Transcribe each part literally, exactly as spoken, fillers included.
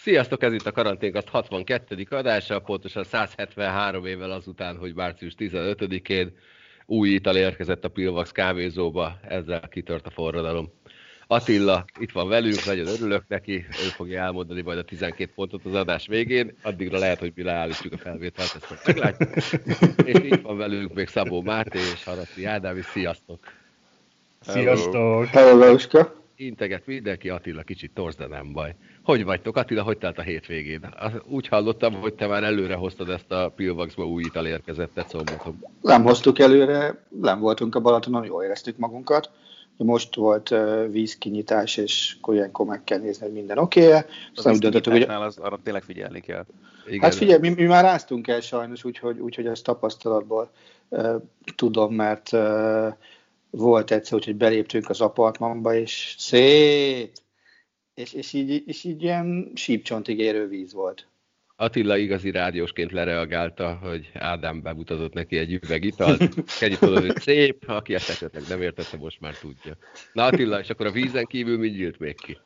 Sziasztok, ez itt a Karanténkast hatvankettedik adása, pontosan száz hetvenhárom évvel azután, hogy március tizenötödikén új ital érkezett a Pilvax kávézóba, ezzel kitört a forradalom. Attila itt van velünk, nagyon örülök neki, ő fogja elmondani majd a tizenkét pontot az adás végén, addigra lehet, hogy mi leállítjuk a felvételt, ezt majd meglátjuk. És itt van velünk még Szabó Máté és Haraszti Ádám, és sziasztok! Sziasztok! Hello, Lauska! Integet mindenki, Attila kicsit torz, de nem baj. Hogy vagytok? Attila, hogy telt a hétvégén? Úgy hallottam, hogy te már előre hoztad ezt a Pilvaxba új ital érkezettet szombaton. Nem hoztuk előre, nem voltunk a Balatonon, jól éreztük magunkat. Most volt uh, vízkinyitás, és akkor ilyenkor meg kell nézni, hogy minden oké-e. Az Aztán úgy döntöttük, hogy... az, arra tényleg figyelni kell. Igen. Hát figyelj, mi, mi már ráztunk el sajnos, úgyhogy, úgyhogy ezt tapasztalatból uh, tudom, mert uh, volt egyszer, úgyhogy beléptünk az apartmanba, és szét! És, és, így, és így ilyen sípcsontig érő víz volt. Attila igazi rádiósként lereagálta, hogy Ádám bemutatott neki egy üveg italt. Ennyit tudod, hogy szép, aki ezt esetleg nem értette, most már tudja. Na Attila, és akkor a vízen kívül mi nyílt még ki?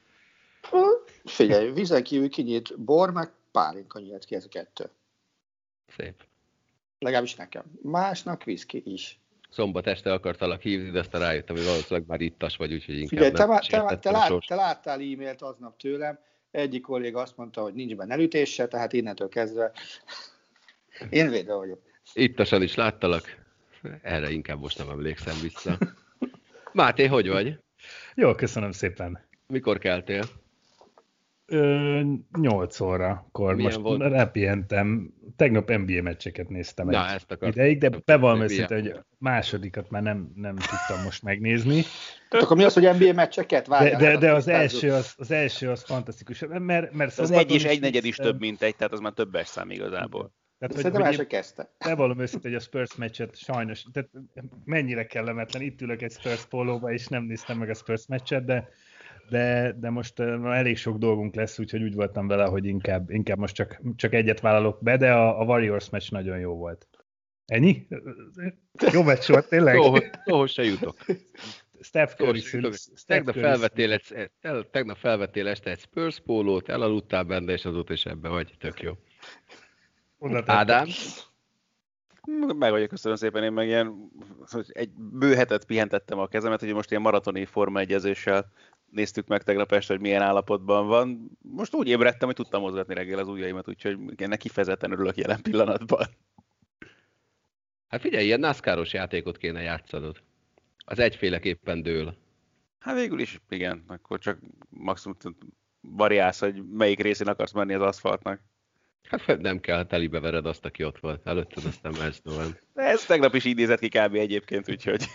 Figyelj, vízen kívül kinyílt bor, meg pálinka nyílt ki, ez a kettő. Szép. Legalábbis nekem. Másnak viszki is. Szombat este akartalak hívni, de aztán rájöttem, hogy valószínűleg már ittas vagy, úgyhogy inkább Figyelj, nem. te, te, te, lát, te láttál e-mailt aznap tőlem, egyik kolléga azt mondta, hogy nincs benne elütése, tehát innentől kezdve én védve vagyok. Ittasan is láttalak, erre inkább most nem emlékszem vissza. Máté, hogy vagy? Jó, köszönöm szépen. Mikor keltél? Ö, nyolc órakor, Milyen most repihentem, tegnap en bé á meccseket néztem Na, egy ezt akartam. ideig, de bevallom őszintén, hogy másodikat már nem, nem tudtam most megnézni. Tehát akkor mi az, hogy en bé á meccseket várjál? De, de, de az, első az, az első az fantasztikus, mert, mert az egy és egy negyed is több, mint egy, tehát az már többes szám igazából. Tehát, szerintem el se kezdte. Bevallom őszintén, hogy a Spurs meccset sajnos, tehát mennyire kellemetlen, itt ülök egy Spurs pólóba, és nem néztem meg a Spurs meccset, de De, de most uh, elég sok dolgunk lesz, úgyhogy úgy voltam vele, hogy inkább, inkább most csak, csak egyet vállalok be, de a, a Warriors meccs nagyon jó volt. Ennyi? Jó meccs volt, tényleg? Szóhoz se jutok. Steph Curry tegnap, felvettél egy, tegnap felvettél este egy Spurs pólót, elaludtál benne, és azóta is ebben vagy. Tök jó. Ádám? Meg vagyok, köszönöm szépen, én meg ilyen, egy bő hetet pihentettem a kezemet, hogy most ilyen maratoni formaegyezéssel néztük meg tegnap este, hogy milyen állapotban van. Most úgy ébredtem, hogy tudtam mozgatni reggel az ujjaimat, úgyhogy ennek kifejezetten örülök jelen pillanatban. Hát figyelj, ilyen NASCAR-os játékot kéne játszanod. Az egyféleképpen dől. Hát végül is, igen, akkor csak maximum variálsz, hogy melyik részén akarsz menni az aszfaltnak. Hát nem kell, telibe vered azt, aki ott volt. Előtted aztán mehetsz tovább. Ez tegnap is így nézett ki kb. Egyébként, úgyhogy...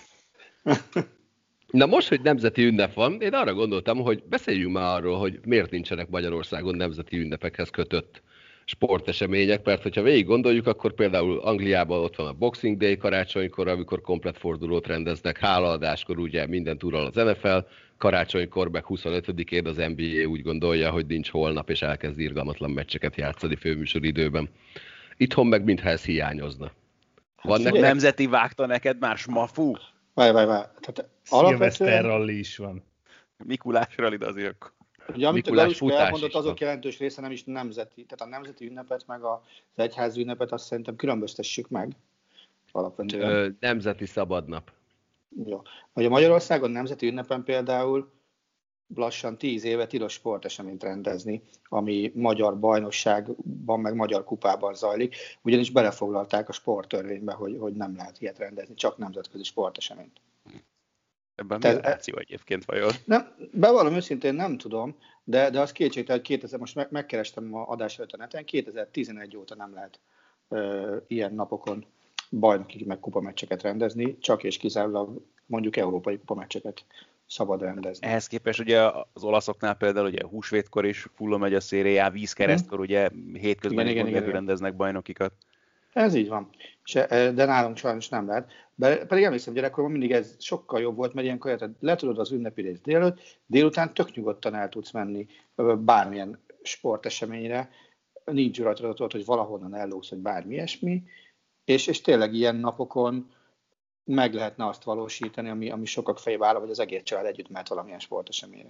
Na most, hogy nemzeti ünnep van, én arra gondoltam, hogy beszéljünk már arról, hogy miért nincsenek Magyarországon nemzeti ünnepekhez kötött sportesemények, mert hogyha végig gondoljuk, akkor például Angliában ott van a Boxing Day karácsonykor, amikor komplet fordulót rendeznek, hálaadáskor ugye mindent ural az en ef el, karácsonykor meg huszonötödikén az en bé á úgy gondolja, hogy nincs holnap, és elkezd irgalmatlan meccseket játszani főműsoridőben. Itthon meg mintha ez hiányozna. Van neked nemzeti vágta neked már smafú? Várj, várj, várj. Szilveszter rally is van. Mikulás rally, de azért akkor. Ugye, amit a Galuska elmondott, azok jelentős része nem is nemzeti. Tehát a nemzeti ünnepet meg az egyházi ünnepet azt szerintem különböztessük meg. Alapvetően. Ö, nemzeti szabadnap. Jó. Hogy a Magyarországon nemzeti ünnepen például lassan tíz éve tilos sporteseményt rendezni, ami magyar bajnokságban, meg magyar kupában zajlik, ugyanis belefoglalták a sporttörvénybe, hogy, hogy nem lehet ilyet rendezni, csak nemzetközi sporteseményt. Ebben mi a ráció egyébként vajon? Nem, bevallom őszintén nem tudom, de, de az kétségtelen, hogy kétezer, most meg, megkerestem a adás előtt a neten, kétezer-tizenegy óta nem lehet ö, ilyen napokon bajnoki meg kupameccseket rendezni, csak és kizárólag mondjuk európai kupameccseket szabad rendezni. Ehhez képest ugye az olaszoknál például ugye húsvétkor is fulla megy a Serie A, vízkeresztkor ugye hétközben rendeznek bajnokikat. Ez így van. De nálunk sajnos nem lehet. Pedig emlékszem, gyerekkorban mindig ez sokkal jobb volt, mert ilyenkor letudod az ünnepi rész délőtt, délután tök nyugodtan el tudsz menni bármilyen sporteseményre, nincs rajta, hogy valahonnan ellógsz, vagy bármi ilyesmi, és, és tényleg ilyen napokon meg lehetne azt valósítani, ami, ami sokak fejébe áll, hogy az egész család együtt mehet valamilyen sporteseményre.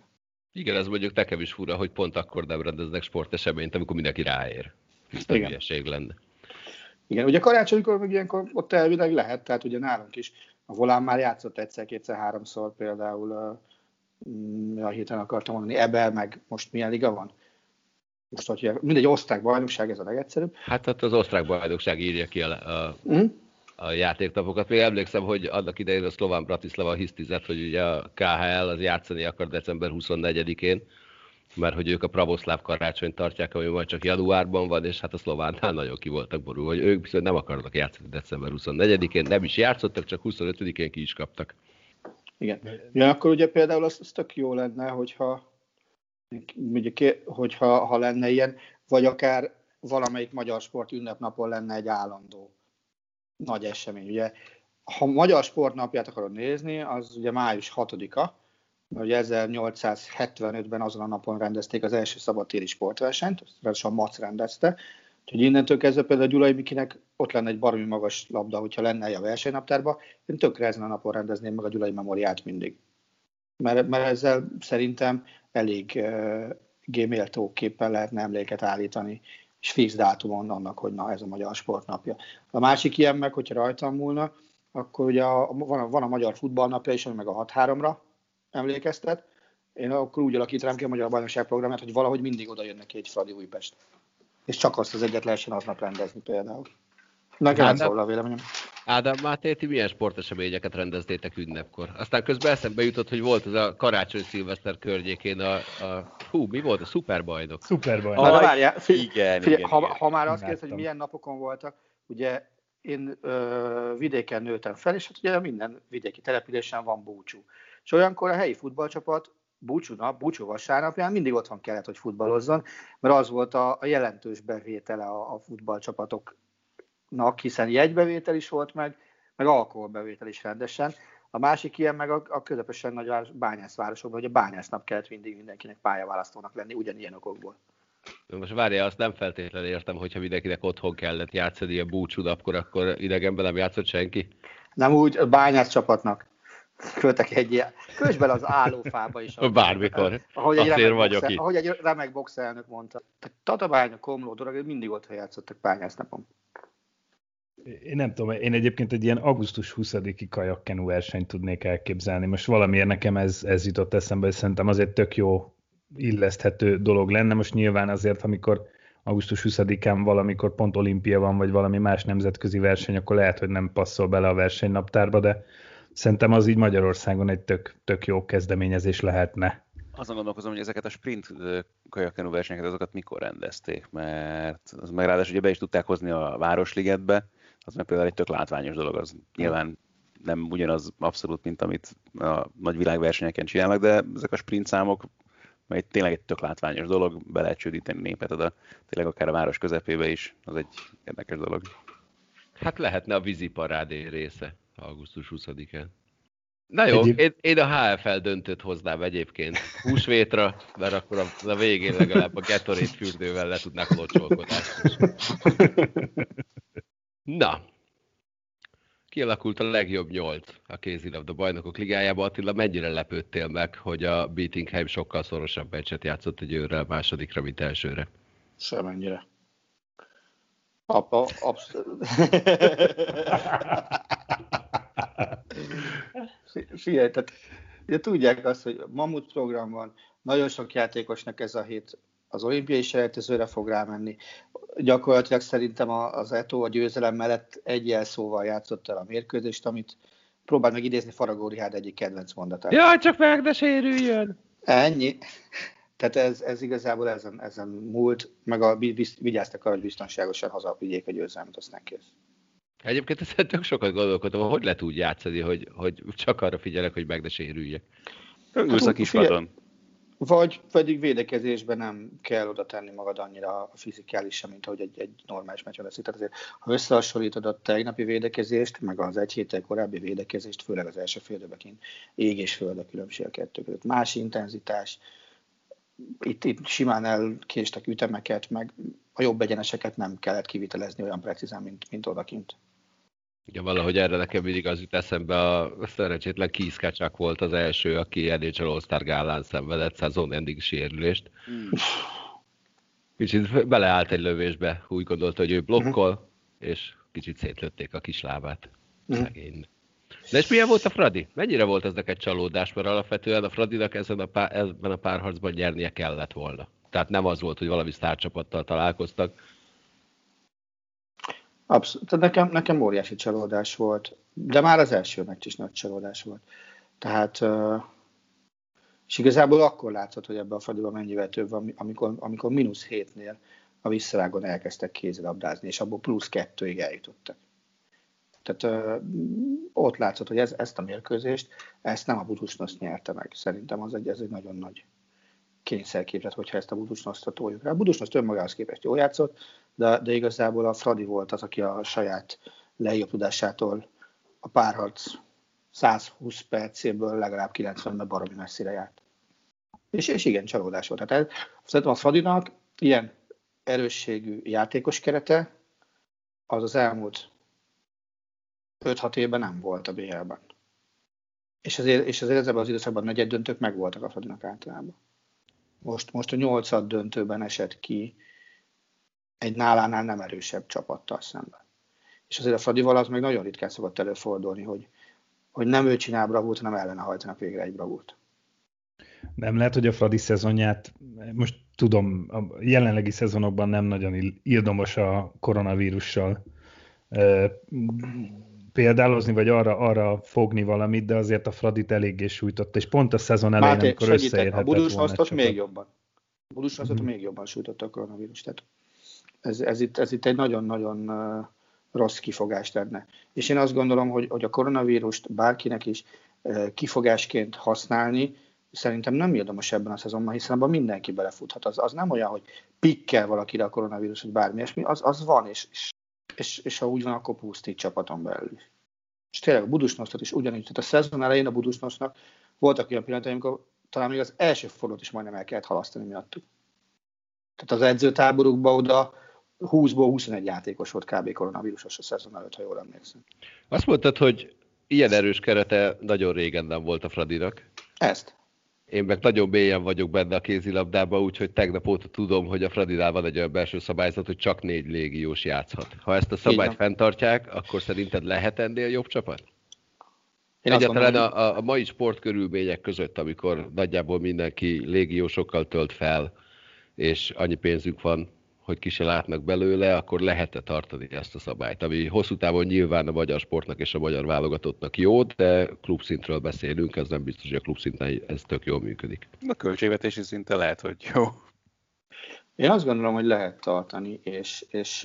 Igen, ez mondjuk nekem is fura, hogy pont akkor nem rendeznek sporteseményt, amikor mindenki ráér. Tiszta hülyeség lenne. Igen, ugye karácsonykor meg ilyenkor ott elvileg lehet, tehát ugye nálunk is a Volán már játszott egyszer, kétszer, háromszor például, a héten akartam mondani, Eber, meg most milyen liga van? Most, hogy mindegy osztrák bajnokság, ez a legegyszerűbb. Hát ott az osztrák bajnokság írja ki a, a, mm. a játéknapokat. Még emlékszem, hogy annak idején a Szlován Bratislava hisztizett, hogy ugye a ká há el az játszani akar december huszonnegyedikén, mert hogy ők a pravoszláv karácsonyt tartják, ami majd csak januárban van, és hát a szlovánnál nagyon ki voltak borul, hogy ők viszont nem akarnak játszani december huszonnegyedikén, nem is játszottak, csak huszonötödikén ki is kaptak. Igen. Ja, akkor ugye például az, az tök jó lenne, hogyha, ugye, hogyha ha lenne ilyen, vagy akár valamelyik magyar sport ünnepnapon lenne egy állandó nagy esemény. Ugye, ha magyar sportnapját akarod nézni, az ugye május hatodika, mert ugye ezernyolcszázhetvenötben azon a napon rendezték az első szabadtéri sportversenyt, ezt a MAC rendezte, úgyhogy innentől kezdve például a Gyulai Mikinek ott lenne egy baromi magas labda, hogyha lenne a versenynaptárban, én tökre ezen a napon rendezném meg a Gyulai Memoriát mindig. Mert, mert ezzel szerintem elég uh, géméltóképpen lehetne emléket állítani, és fix dátumon annak, hogy na ez a magyar sportnapja. A másik ilyen meg, hogyha rajtam múlna, akkor ugye a, van, a, van a magyar futballnapja is, ami meg a hat háromra emlékeztet. Én akkor úgy alakítanám ki a Magyar Bajnokság programját, hogy valahogy mindig oda jönnek egy Fradi Újpest. És csak azt az egyet lehessen aznap rendezni például. Nekem ez szól a véleményem. Ádám Máté, ti milyen sporteseményeket rendeztétek ünnepkor? Aztán közben eszembe jutott, hogy volt az a karácsony-szilveszter környékén a, a... Hú, mi volt? A szuperbajnok. Szuperbajnok. Na, de várjál, figyelj, igen, figyelj, igen, ha, igen. ha már azt kérdez, hogy milyen napokon voltak, ugye én ö, vidéken nőttem fel, és hát ugye minden vidéki településen van búcsú. És olyankor a helyi futballcsapat búcsú nap, búcsú vasárnapján mindig otthon kellett, hogy futballozzon, mert az volt a, a jelentős bevétele a, a futballcsapatoknak, hiszen jegybevétel is volt meg, meg alkoholbevétel is rendesen. A másik ilyen meg a, a közepesen nagy bányászvárosokban, hogy a bányásznap kellett mindig mindenkinek pályaválasztónak lenni, ugyanilyen okokból. Most várjál, azt nem feltétlenül értem, hogyha mindenkinek otthon kellett játszani a búcsú napkor, akkor idegenben nem játszott senki? Nem úgy, a bányász csapatnak. Költek egy ilyen, költs bele az állófába is. Bármikor. Ahogy egy Azért vagyok boxer, itt. ahogy egy remek boxelnök mondta. Tatabánya, Komló, Dorog, mindig ott játszottak bányásznapon. Én nem tudom, én egyébként egy ilyen augusztus huszadiki kajakkenu versenyt tudnék elképzelni. Most valamiért nekem ez, ez jutott eszembe, és szerintem azért tök jó illeszthető dolog lenne. Most nyilván azért, amikor augusztus huszadikán valamikor pont olimpia van, vagy valami más nemzetközi verseny, akkor lehet, hogy nem passzol bele a versenynaptárba, de szerintem az így Magyarországon egy tök, tök jó kezdeményezés lehetne. Azon gondolkozom, hogy ezeket a sprint kajakkenu versenyeket, azokat mikor rendezték, mert az meg ráadásul ugye be is tudták hozni a Városligetbe, az meg például egy tök látványos dolog, az nyilván nem ugyanaz abszolút, mint amit a nagy világversenyeken csinálnak, de ezek a sprint számok, mert tényleg egy tök látványos dolog, be lehet csődíteni népet oda, tényleg akár a város közepébe is, az egy érdekes dolog. Hát lehetne a víziparádé része augusztus huszadikán. Na jó, Egyéb... én, én a há ef el döntőt hoznám egyébként húsvétra, mert akkor a, a végén legalább a Gatorade fürdővel le tudnák locsolkodást. Na, kialakult a legjobb nyolc a kézilabda bajnokok ligájában. Attila, mennyire lepődtél meg, hogy a Bietigheim sokkal szorosabb meccset játszott a Győrrel másodikra, mint elsőre? Semennyire. Apa, abszolút. Figyelj, tehát ugye tudják azt, hogy Mamut program van, nagyon sok játékosnak ez a hét az olimpiai selejtezőre fog rámenni. Gyakorlatilag szerintem az Eto a győzelem mellett egy jelszóval játszott el a mérkőzést, amit próbál meg idézni Faragó Rihárd egyik kedvenc mondatát. Jaj, csak meg ne sérüljön! Ennyi. Tehát ez, ez igazából ezen, ezen múlt, meg a, vigyáztak arra, hogy biztonságosan hazavigyék a győzelmet, aztán kész. Egyébként ezen tök sokat gondolkodtam, hogy lehet úgy játszani, hogy, hogy csak arra figyelek, hogy meg ne sérüljek. Ülsz a kispadon. Vagy pedig védekezésben nem kell oda tenni magad annyira fizikálisan, mint ahogy egy, egy normális meccsen lesz. Tehát azért, ha összehasonlítod a tegnapi védekezést, meg az egy héttel korábbi védekezést, főleg az első fél időben kint ég és föld a különbség a kettő között. Más intenzitás, itt, itt simán elkéstek ütemeket, meg a jobb egyeneseket nem kellett kivitelezni olyan precízen, mint, mint odakint. Ja, valahogy erre nekem mindig az jut eszembe, a szerencsétlen Keith Kachuk volt az első, aki en há el All-Star gálán szenvedett szezon ending sérülést. Hmm. Kicsit beleállt egy lövésbe, úgy gondolta, hogy ő blokkol, és kicsit szétlőtték a kis lábát. Szegény. De és milyen volt a Fradi? Mennyire volt ez neked csalódás, mert alapvetően a Fradinak ezen a pár, ebben a párharcban nyernie kellett volna. Tehát nem az volt, hogy valami sztárcsapattal találkoztak. Abszolút. Nekem, nekem óriási csalódás volt, de már az első meccs is nagy csalódás volt. Tehát, és igazából akkor látszott, hogy ebben a Fradiban mennyivel több van, amikor, amikor mínusz hétnél a visszavágon elkezdtek kézilabdázni, és abból plusz kettőig eljutottak. Tehát ö, ott látszott, hogy ez, ezt a mérkőzést, ezt nem a Budućnost nyerte meg. Szerintem az egy, ez egy nagyon nagy kényszerképlet, hogyha ezt a Budućnostra toljuk rá. A Budućnost önmagához képest jól játszott, de, de igazából a Fradi volt az, aki a saját legjobb tudásától a párharc százhúsz percéből legalább kilencvenben baromi messzire járt. És, és igen, csalódás volt. Tehát szerintem a Fradinak ilyen erősségű játékos kerete az az elmúlt öt-hat évben nem volt a bé el-ben. És azért, és azért ezzel az időszakban negyed döntők megvoltak a Fradinak általában. Most, most a nyolcad döntőben esett ki egy nálánál nem erősebb csapattal szemben. És azért a Fradival az meg nagyon ritkán szokott előfordulni, hogy, hogy nem ő csinál bravúrt, hanem ellene hajtanak végre egy bravúrt. Nem lehet, hogy a Fradi szezonját, most tudom, a jelenlegi szezonokban nem nagyon ildomos a koronavírussal e, példálozni, vagy arra, arra fogni valamit, de azért a Fradit eléggé sújtotta, és pont a szezon elején, Máté, amikor összeérhetett volna. A Budućnostot még jobban. A Budućnostot mm-hmm. még jobban sújtotta a koronavírus. Tehát ez, ez, itt, ez itt egy nagyon-nagyon uh, rossz kifogást adna. És én azt gondolom, hogy, hogy a koronavírust bárkinek is uh, kifogásként használni, szerintem nem érdemes ebben a szezonban, hiszen abban mindenki belefuthat. Az, az nem olyan, hogy pikkel valakire a koronavírus, vagy bármi ilyesmi, az, az van, és, és, és ha úgy van, akkor pusztít csapaton belül is. És tényleg a Budućnostot is ugyanígy. Tehát a szezon elején a Budućnosnak voltak olyan pillanatok, amikor talán még az első fordulót is majdnem el kellett halasztani miattuk. Tehát az edzőtáborukban oda húszból huszonegy játékos volt kb. Koronavírusos a szezon előtt, ha jól emlékszem. Azt mondtad, hogy ilyen erős kerete nagyon régen nem volt a Fradinak. Ezt. Én meg nagyon mélyen vagyok benne a kézilabdában, úgyhogy tegnap óta tudom, hogy a Fradinál van egy olyan belső szabályzat, hogy csak négy légiós játszhat. Ha ezt a szabályt fenntartják, akkor szerinted lehet ennél jobb csapat? Én egyáltalán gondolom, a, a mai sportkörülmények között, amikor nagyjából mindenki légiósokkal tölt fel, és annyi pénzük van, hogy ki se látnak belőle, akkor lehet-e tartani ezt a szabályt, ami hosszú távon nyilván a magyar sportnak és a magyar válogatottnak jó, de klubszintről beszélünk, ez nem biztos, hogy a klubszinten ez tök jól működik. A költségvetési szinten lehet, hogy jó. Én azt gondolom, hogy lehet tartani, és, és,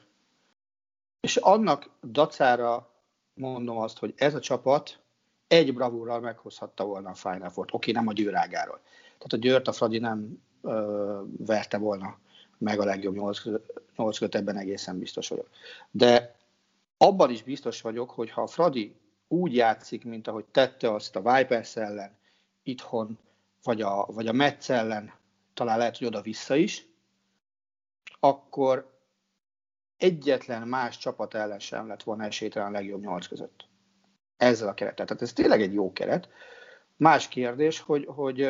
és annak dacára mondom azt, hogy ez a csapat egy bravúrral meghozhatta volna a Final Fourt. Oké, nem a Győr ágáról. Tehát a Győrt a Fradi nem ö, verte volna meg a legjobb nyolc között, ebben egészen biztos vagyok. De abban is biztos vagyok, hogy ha a Fradi úgy játszik, mint ahogy tette azt a Vipers ellen itthon, vagy a, vagy a Metz ellen, talán lehet, hogy oda-vissza is, akkor egyetlen más csapat ellen sem lett volna esélytelen a legjobb nyolc között. Ezzel a kerettel. Tehát ez tényleg egy jó keret. Más kérdés, hogy, hogy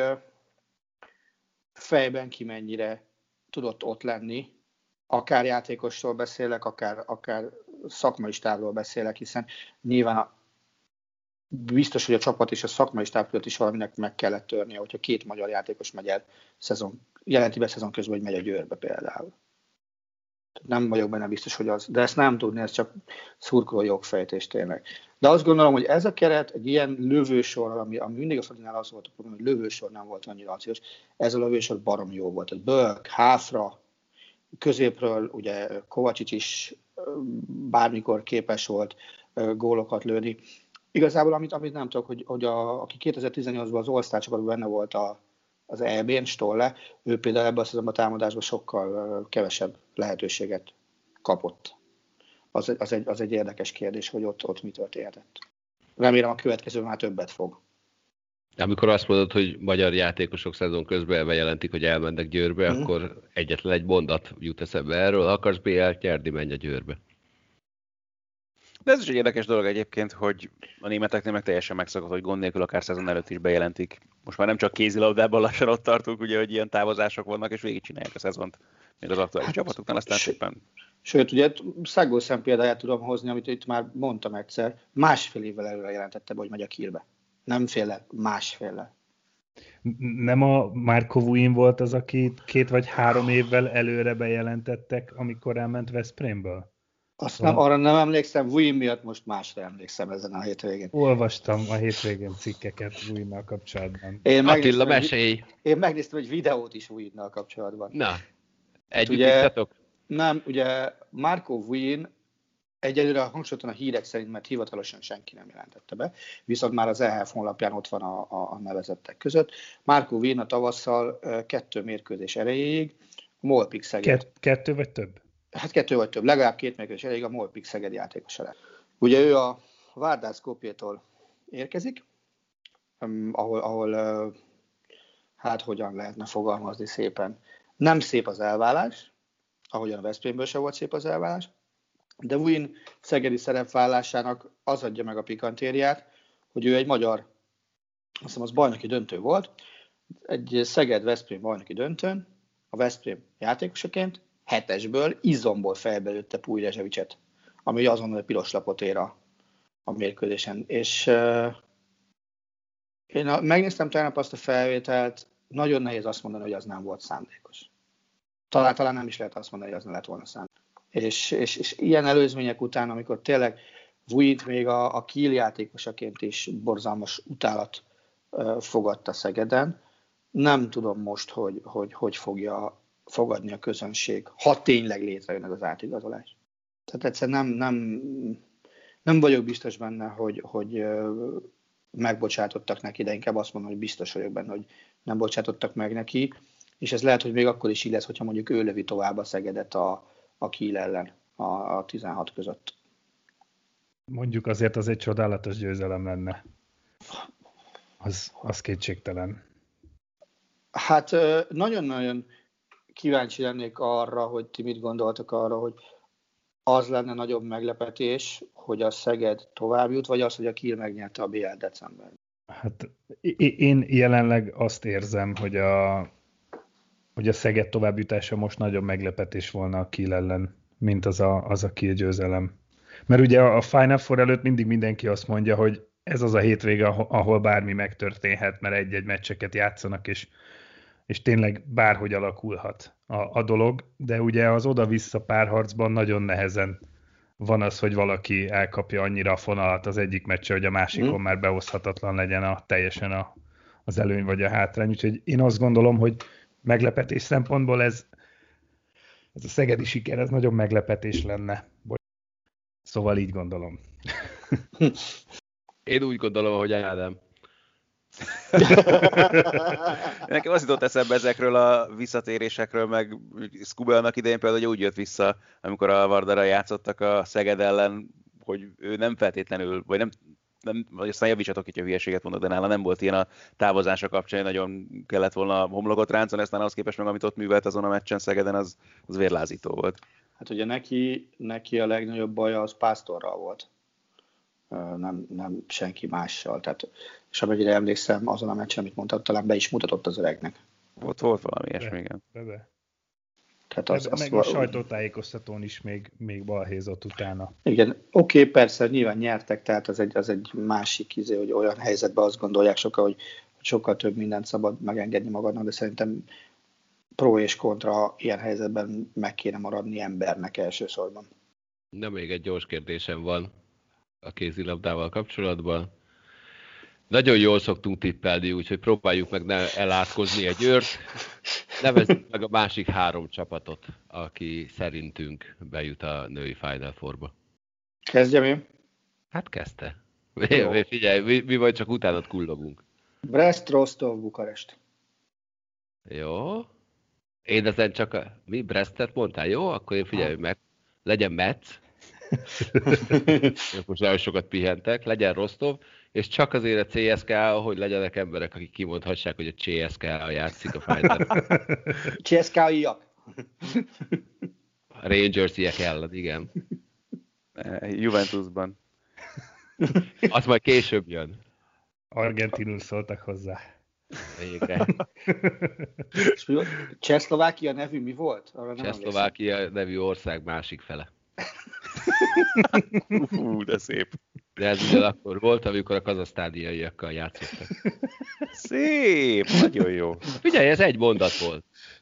fejben ki mennyire tudott ott lenni, akár játékosról beszélek, akár, akár szakmai stábról beszélek, hiszen nyilván a, biztos, hogy a csapat és a szakmai stáb között is valaminek meg kellett törnie, hogyha két magyar játékos megy el szezon, jelenti be szezon közben, hogy megy a Győrbe például. Nem vagyok benne biztos, hogy az, de ezt nem tudni, ez csak szurkoló jogfejtés tényleg. De azt gondolom, hogy ez a keret egy ilyen lövősor, ami, ami mindig a Fradinál az volt a probléma, hogy lövősor nem volt annyira acélos, ez a lövősor barom jó volt. Tehát Bölk, Háfra, középről ugye Kovácsics is bármikor képes volt gólokat lőni. Igazából amit, amit nem tudok, hogy, hogy a, aki kétezer-tizennyolcban az All-Star csapatban benne volt a az é bén, Stolle, ő például ebben a szezonban a támadásban sokkal kevesebb lehetőséget kapott. Az, az, egy, az egy érdekes kérdés, hogy ott, ott mi történhetett. Remélem a következő már többet fog. Amikor azt mondod, hogy magyar játékosok szezon közben bejelentik, hogy elmennek Győrbe, mm. akkor egyetlen egy mondat jut eszembe erről, akarsz bé el-t nyerni, menj a Győrbe. De ez is egy érdekes dolog egyébként, hogy a németeknél meg teljesen megszokott, hogy gond nélkül akár szezon előtt is bejelentik. Most már nem csak kézilabdában lassan ott tartunk, ugye, hogy ilyen távozások vannak, és végigcsinálják a szezont még az aktuális hát, csapatoknál, aztán szépen. Sőt, ugye Szágó-Szem példáját tudom hozni, amit itt már mondtam egyszer, másfél évvel előre jelentette be, hogy megy a Kielbe. Nem féllel, másféllel. Nem a Marco Vuin volt az, akit két vagy három évvel előre bejelentettek, amikor elment Veszprémből? Azt nem, arra nem emlékszem, Vuin miatt most másra emlékszem ezen a hétvégén. Olvastam a hétvégén cikkeket Vuinnal kapcsolatban. Én Attila, mesélj! Én megnéztem egy videót is Vuinnal kapcsolatban. Na, együtt ugye, ittatok? Nem, ugye Marco Vuin egyelőre hangsúlyozottan a hírek szerint, mert hivatalosan senki nem jelentette be, viszont már az E H F honlapján ott van a, a, a nevezettek között. Marco Vuin a tavasszal kettő mérkőzés erejéig a Molpik Szeged. Kett, kettő vagy több? Hát kettő vagy több, legalább két mérkőzés erejéig a Molpik Szeged játékosa lett. Ugye ő a Vardar Skopjétól érkezik, ahol, ahol hát hogyan lehetne fogalmazni szépen. Nem szép az elválás, ahogyan a Veszprémből sem volt szép az elválás, de Vuin szegedi szerepvállásának az adja meg a pikantériát, hogy ő egy magyar, azt hiszem az bajnoki döntő volt, egy Szeged-Veszprém bajnoki döntőn, a Veszprém játékosaként hetesből izomból fejbe lőtte Puj Rezsevicset, ami azonnal a piros lapot ér a, a mérkőzésen. És uh, én a, megnéztem tegnap azt a felvételt, nagyon nehéz azt mondani, hogy az nem volt szándékos. Talán, talán nem is lehet azt mondani, hogy az nem lett volna szándékos. És, és, és ilyen előzmények után, amikor tényleg Vuint még a, a Kiel játékosaként is borzalmas utálat uh, fogadta Szegeden, nem tudom most, hogy hogy, hogy fogja fogadni a közönség, ha tényleg létrejön ez az átigazolás. Tehát egyszerűen nem, nem, nem vagyok biztos benne, hogy, hogy uh, megbocsátottak neki, de inkább azt mondom, hogy biztos vagyok benne, hogy nem bocsátottak meg neki, és ez lehet, hogy még akkor is így lesz, hogyha mondjuk ő lövi tovább a Szegedet a a Kiel ellen a, a tizenhat között. Mondjuk azért az egy csodálatos győzelem lenne. Az, az kétségtelen. Hát nagyon-nagyon kíváncsi lennék arra, hogy ti mit gondoltak arra, hogy az lenne nagyobb meglepetés, hogy a Szeged tovább jut, vagy az, hogy a Kiel megnyerte a bé el decemberben. Hát én jelenleg azt érzem, hogy a hogy a Szeged továbbjutása most nagyobb meglepetés volna a Kiel ellen, mint az a, az a Kiel győzelem. Mert ugye a Final Four előtt mindig mindenki azt mondja, hogy ez az a hétvége, ahol bármi megtörténhet, mert egy-egy meccseket játszanak, és, és tényleg bárhogy alakulhat a, a dolog, de ugye az oda-vissza párharcban nagyon nehezen van az, hogy valaki elkapja annyira a fonalat az egyik meccse, hogy a másikon mm. már behozhatatlan legyen a, teljesen a, az előny vagy a hátrány. Úgyhogy én azt gondolom, hogy meglepetés szempontból ez, ez a szegedi siker, ez nagyon meglepetés lenne. Szóval így gondolom. Én úgy gondolom, hogy Ádám. Nekem azt jutott eszembe ezekről a visszatérésekről, meg Skubelnak idején például, hogy úgy jött vissza, amikor a Vardarra játszottak a Szeged ellen, hogy ő nem feltétlenül, vagy nem, nem vagy aztán javítsatok, hogyha hülyeséget mondok, de nála nem volt ilyen a távozása kapcsán, nagyon kellett volna a homlokot ráncani, aztán ahhoz képest meg, amit ott művelt azon a meccsen Szegeden, az, az vérlázító volt. Hát ugye neki, neki a legnagyobb baja az Pásztorral volt. Nem, nem senki mással. Tehát, és amennyire emlékszem, azon a meccsen, amit mondtam, talán be is mutatott az öregnek. Ott volt valami ilyesmi, igen. Be, be. Tehát az, meg az a sajtótájékoztatón is még, még balhézott utána. Igen, oké, okay, persze, nyilván nyertek, tehát az egy, az egy másik izé, hogy olyan helyzetben azt gondolják sokkal, hogy sokkal több mindent szabad megengedni magadnak, de szerintem pro és kontra ilyen helyzetben meg kéne maradni embernek elsősorban. Na, még egy gyors kérdésem van a kézilabdával kapcsolatban. Nagyon jól szoktunk tippelni, úgyhogy próbáljuk meg ne elátkozni egy őrt. Nevezzük meg a másik három csapatot, aki szerintünk bejut a női Final Fourba. Kezdjem én? Hát kezdte. Jó. Figyelj, mi, mi majd csak utánad kullogunk. Brest, Rostov, Bukarest. Jó. Én ezen csak a... Mi? Brestet mondtál? Jó? Akkor én figyelj meg. Legyen Metz. Most nagyon sokat pihentek. Legyen Rostov. És csak azért a cé es ká á, hogy legyenek emberek, akik kimondhassák, hogy a cé es ká á játszik a Final. cé es ká á-iak. A Rangers-iek ellen, igen. Juventusban. Az majd később jön. Argentinul szóltak hozzá. Igen. És mi volt? Csehszlovákia nevű mi volt? Csehszlovákia nevű ország másik fele. Hú, de szép. De ez ugyanakkor volt, amikor a kazahsztániaiakkal játszottak. Szép, nagyon jó. Figyelj, ez egy mondat volt.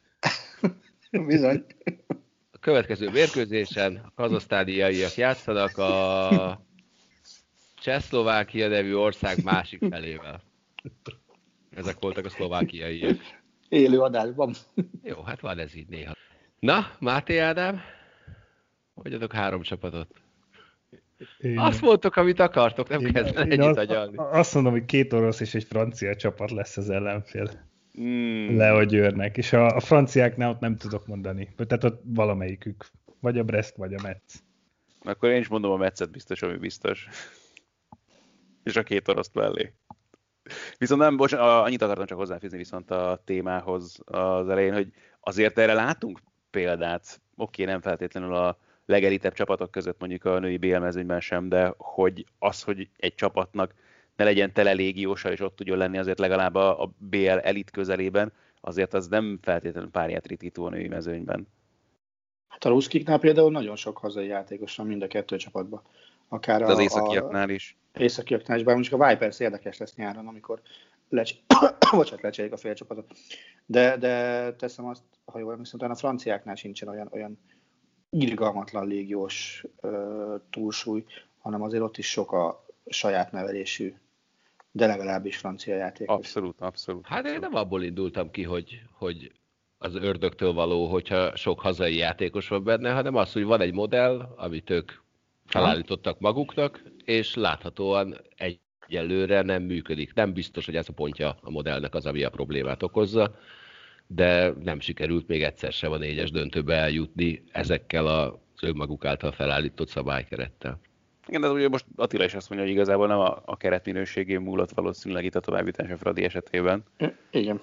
Bizony. A következő mérkőzésen a kazahsztániaiak játszanak a Csehszlovákia nevű ország másik felével. Ezek voltak a szlovákiaiak. Élő adásban. Jó, hát van ez így néha. Na, Máté Ádám, hogy adok három csapatot? Én... Azt mondtok, amit akartok, nem kezdve ennyit agyalni. Azt mondom, hogy két orosz és egy francia csapat lesz az ellenfél. Mm. Leo Győrnek. És a, a franciáknál ott nem tudok mondani. Tehát ott valamelyikük. Vagy a Brest, vagy a Metz. Akkor én is mondom a Metzet biztos, ami biztos. És a két oroszt mellé. Viszont nem, bocsánat, annyit akartam csak hozzáfűzni viszont a témához az elején, hogy azért erre látunk példát, oké, nem feltétlenül a legelitebb csapatok között mondjuk a női bé el mezőnyben sem, de hogy az, hogy egy csapatnak ne legyen tele légiósa, és ott tudjon lenni azért legalább a, a bé el elit közelében, azért az nem feltétlenül párját ritító a női mezőnyben. Hát a ruszkiknál például nagyon sok hazai játékos van mind a kettő csapatban. Akár az a, északiaknál is. Északiaknál is, bár mondjuk a Vipers érdekes lesz nyáron, amikor lecs... Bocsánat, lecserélik a félcsapatot. De, de teszem azt, ha jól emlékszem, talán a franciáknál sincsen olyan, olyan irgalmatlan légiós uh, túlsúly, hanem azért ott is sok a saját nevelésű, de legalábbis francia játékos. Abszolút, abszolút. Hát én nem abból indultam ki, hogy, hogy az ördögtől való, hogyha sok hazai játékos van benne, hanem az, hogy van egy modell, amit ők felállítottak maguknak, és láthatóan egyelőre nem működik. Nem biztos, hogy ez a pontja a modellnek az, ami a problémát okozza, de nem sikerült még egyszer sem a négyes döntőbe eljutni ezekkel az önmaguk által felállított szabálykerettel. Igen, de ugye most Attila is azt mondja, hogy igazából nem a, a keret minőségén múlott valószínűleg itt a továbbjutás a Fradi esetében. Igen.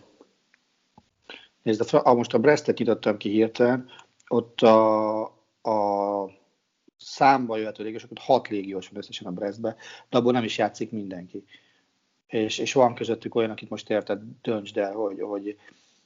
Nézd, a, most a Brestet nyitottam ki hirtelen, ott a, a számba jöhető légiós, ott hat légiós van összesen a Brestbe, de abból nem is játszik mindenki. És, és van közöttük olyan, akit most érted, döntsd el, hogy, hogy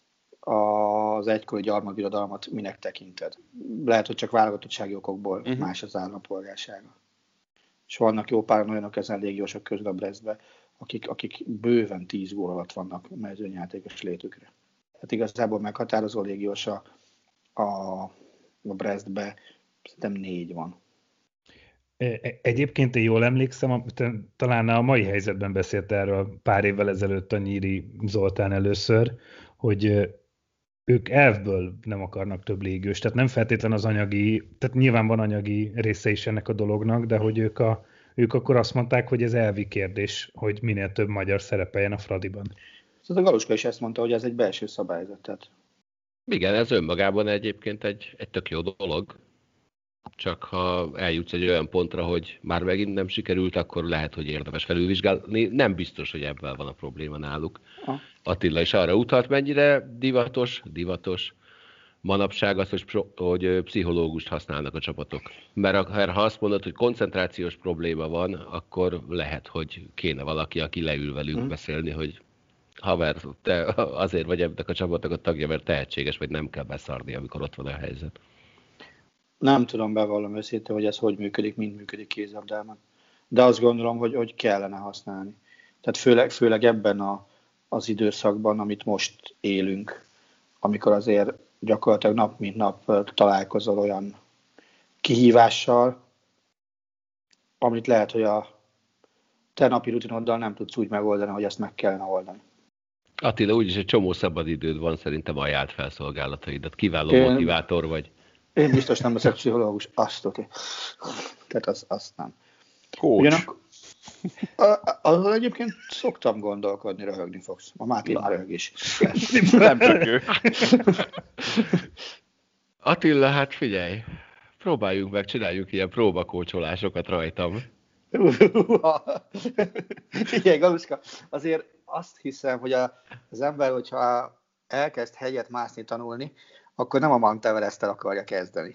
az egykori gyarmatbirodalmat minek tekinted. Lehet, hogy csak válogatottsági okokból uh-huh. más az állampolgársága. És vannak jó páran olyanok ezen légiósok közül a Brestbe, akik, akik bőven tíz gól alatt vannak mezőnyjátékos létükre. Hát igazából meghatározó légiós a, a, a Brestbe szerintem négy van. Egyébként én jól emlékszem, talán a mai helyzetben beszélt erről pár évvel ezelőtt a Nyíri Zoltán először, hogy ők elvből nem akarnak több légiós, tehát nem feltétlen az anyagi, tehát nyilván van anyagi része is ennek a dolognak, de hogy ők, a, ők akkor azt mondták, hogy ez elvi kérdés, hogy minél több magyar szerepeljen a Fradiban. Szóval a Galuska is ezt mondta, hogy ez egy belső szabályzat. Tehát... Igen, ez önmagában egyébként egy, egy tök jó dolog. Csak ha eljutsz egy olyan pontra, hogy már megint nem sikerült, akkor lehet, hogy érdemes felülvizsgálni. Nem biztos, hogy ebben van a probléma náluk. Ha. Attila is arra utalt, mennyire divatos, divatos manapság az, hogy, hogy pszichológust használnak a csapatok. Mert ha azt mondod, hogy koncentrációs probléma van, akkor lehet, hogy kéne valaki, aki leül velünk hmm. beszélni, hogy haver, te azért vagy ennek a csapatnak a tagja, mert tehetséges, vagy nem kell beszarni, amikor ott van a helyzet. Nem tudom bevallom őszintén, hogy ez hogy működik, mind működik kézlabdában. De azt gondolom, hogy, hogy kellene használni. Tehát főleg, főleg ebben a, az időszakban, amit most élünk, amikor azért gyakorlatilag nap mint nap találkozol olyan kihívással, amit lehet, hogy a te napi rutinoddal nem tudsz úgy megoldani, hogy ezt meg kellene oldani. Attila, úgyis egy csomó szabadidőd van, szerintem ajánlt felszolgálataidat. Kiváló Én... motivátor vagy. Én biztos nem leszek pszichológus, azt oké. Tehát azt, azt nem. Coach. Ugyanak, azon egyébként szoktam gondolkodni, röhögni fogsz. A Máté már röhög is. Nem csak ő. Attila, hát figyelj, próbáljunk meg, csináljunk ilyen próbakócsolásokat rajtam. Figyelj, Galuska, azért azt hiszem, hogy a, az ember, hogyha elkezd hegyet mászni tanulni, akkor nem a Mount Everest-tel akarja kezdeni.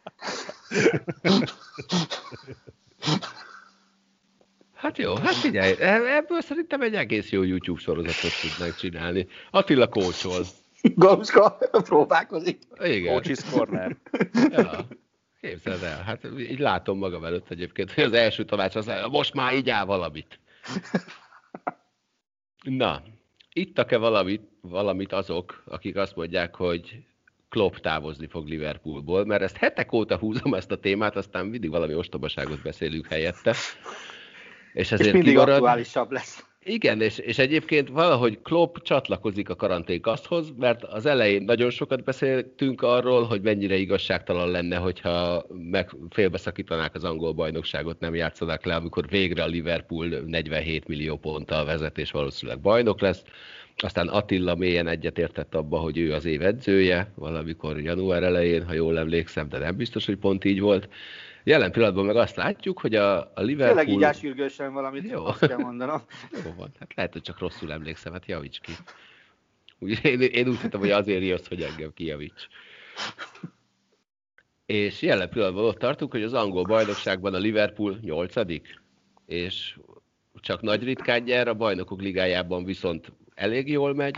Hát jó, hát figyelj, ebből szerintem egy egész jó YouTube sorozatot tudnánk csinálni. Attila kócsol. Galuska próbálkozik. Igen. Coach's Corner. Ja. Képzeld el, hát így látom magam előtt egyébként, hogy az első tanács az, most már így áll valamit. Na, ittak-e valamit, valamit azok, akik azt mondják, hogy Klopp távozni fog Liverpoolból, mert ezt hetek óta húzom ezt a témát, aztán mindig valami ostobaságot beszélünk helyette. És, és mindig kimarad... aktuálisabb lesz. Igen, és, és egyébként valahogy Klopp csatlakozik a karanténkaszthoz, mert az elején nagyon sokat beszéltünk arról, hogy mennyire igazságtalan lenne, hogyha meg félbeszakítanák az angol bajnokságot, nem játszanák le, amikor végre a Liverpool negyvenhét millió ponttal vezet, és valószínűleg bajnok lesz. Aztán Attila mélyen egyetértett abba, hogy ő az év edzője, valamikor január elején, ha jól emlékszem, de nem biztos, hogy pont így volt. Jelen pillanatban meg azt látjuk, hogy a, a Liverpool... Tényleg így ásürgősen valamit, jó. Azt kell mondanom. Jó van, hát lehet, hogy csak rosszul emlékszem, hát javíts ki. Úgy, én, én úgy hittem, hogy azért jössz, hogy engem kijavíts. És jelen pillanatban ott tartunk, hogy az angol bajnokságban a Liverpool nyolcadik, és csak nagy ritkán nyer, a bajnokok ligájában viszont elég jól megy,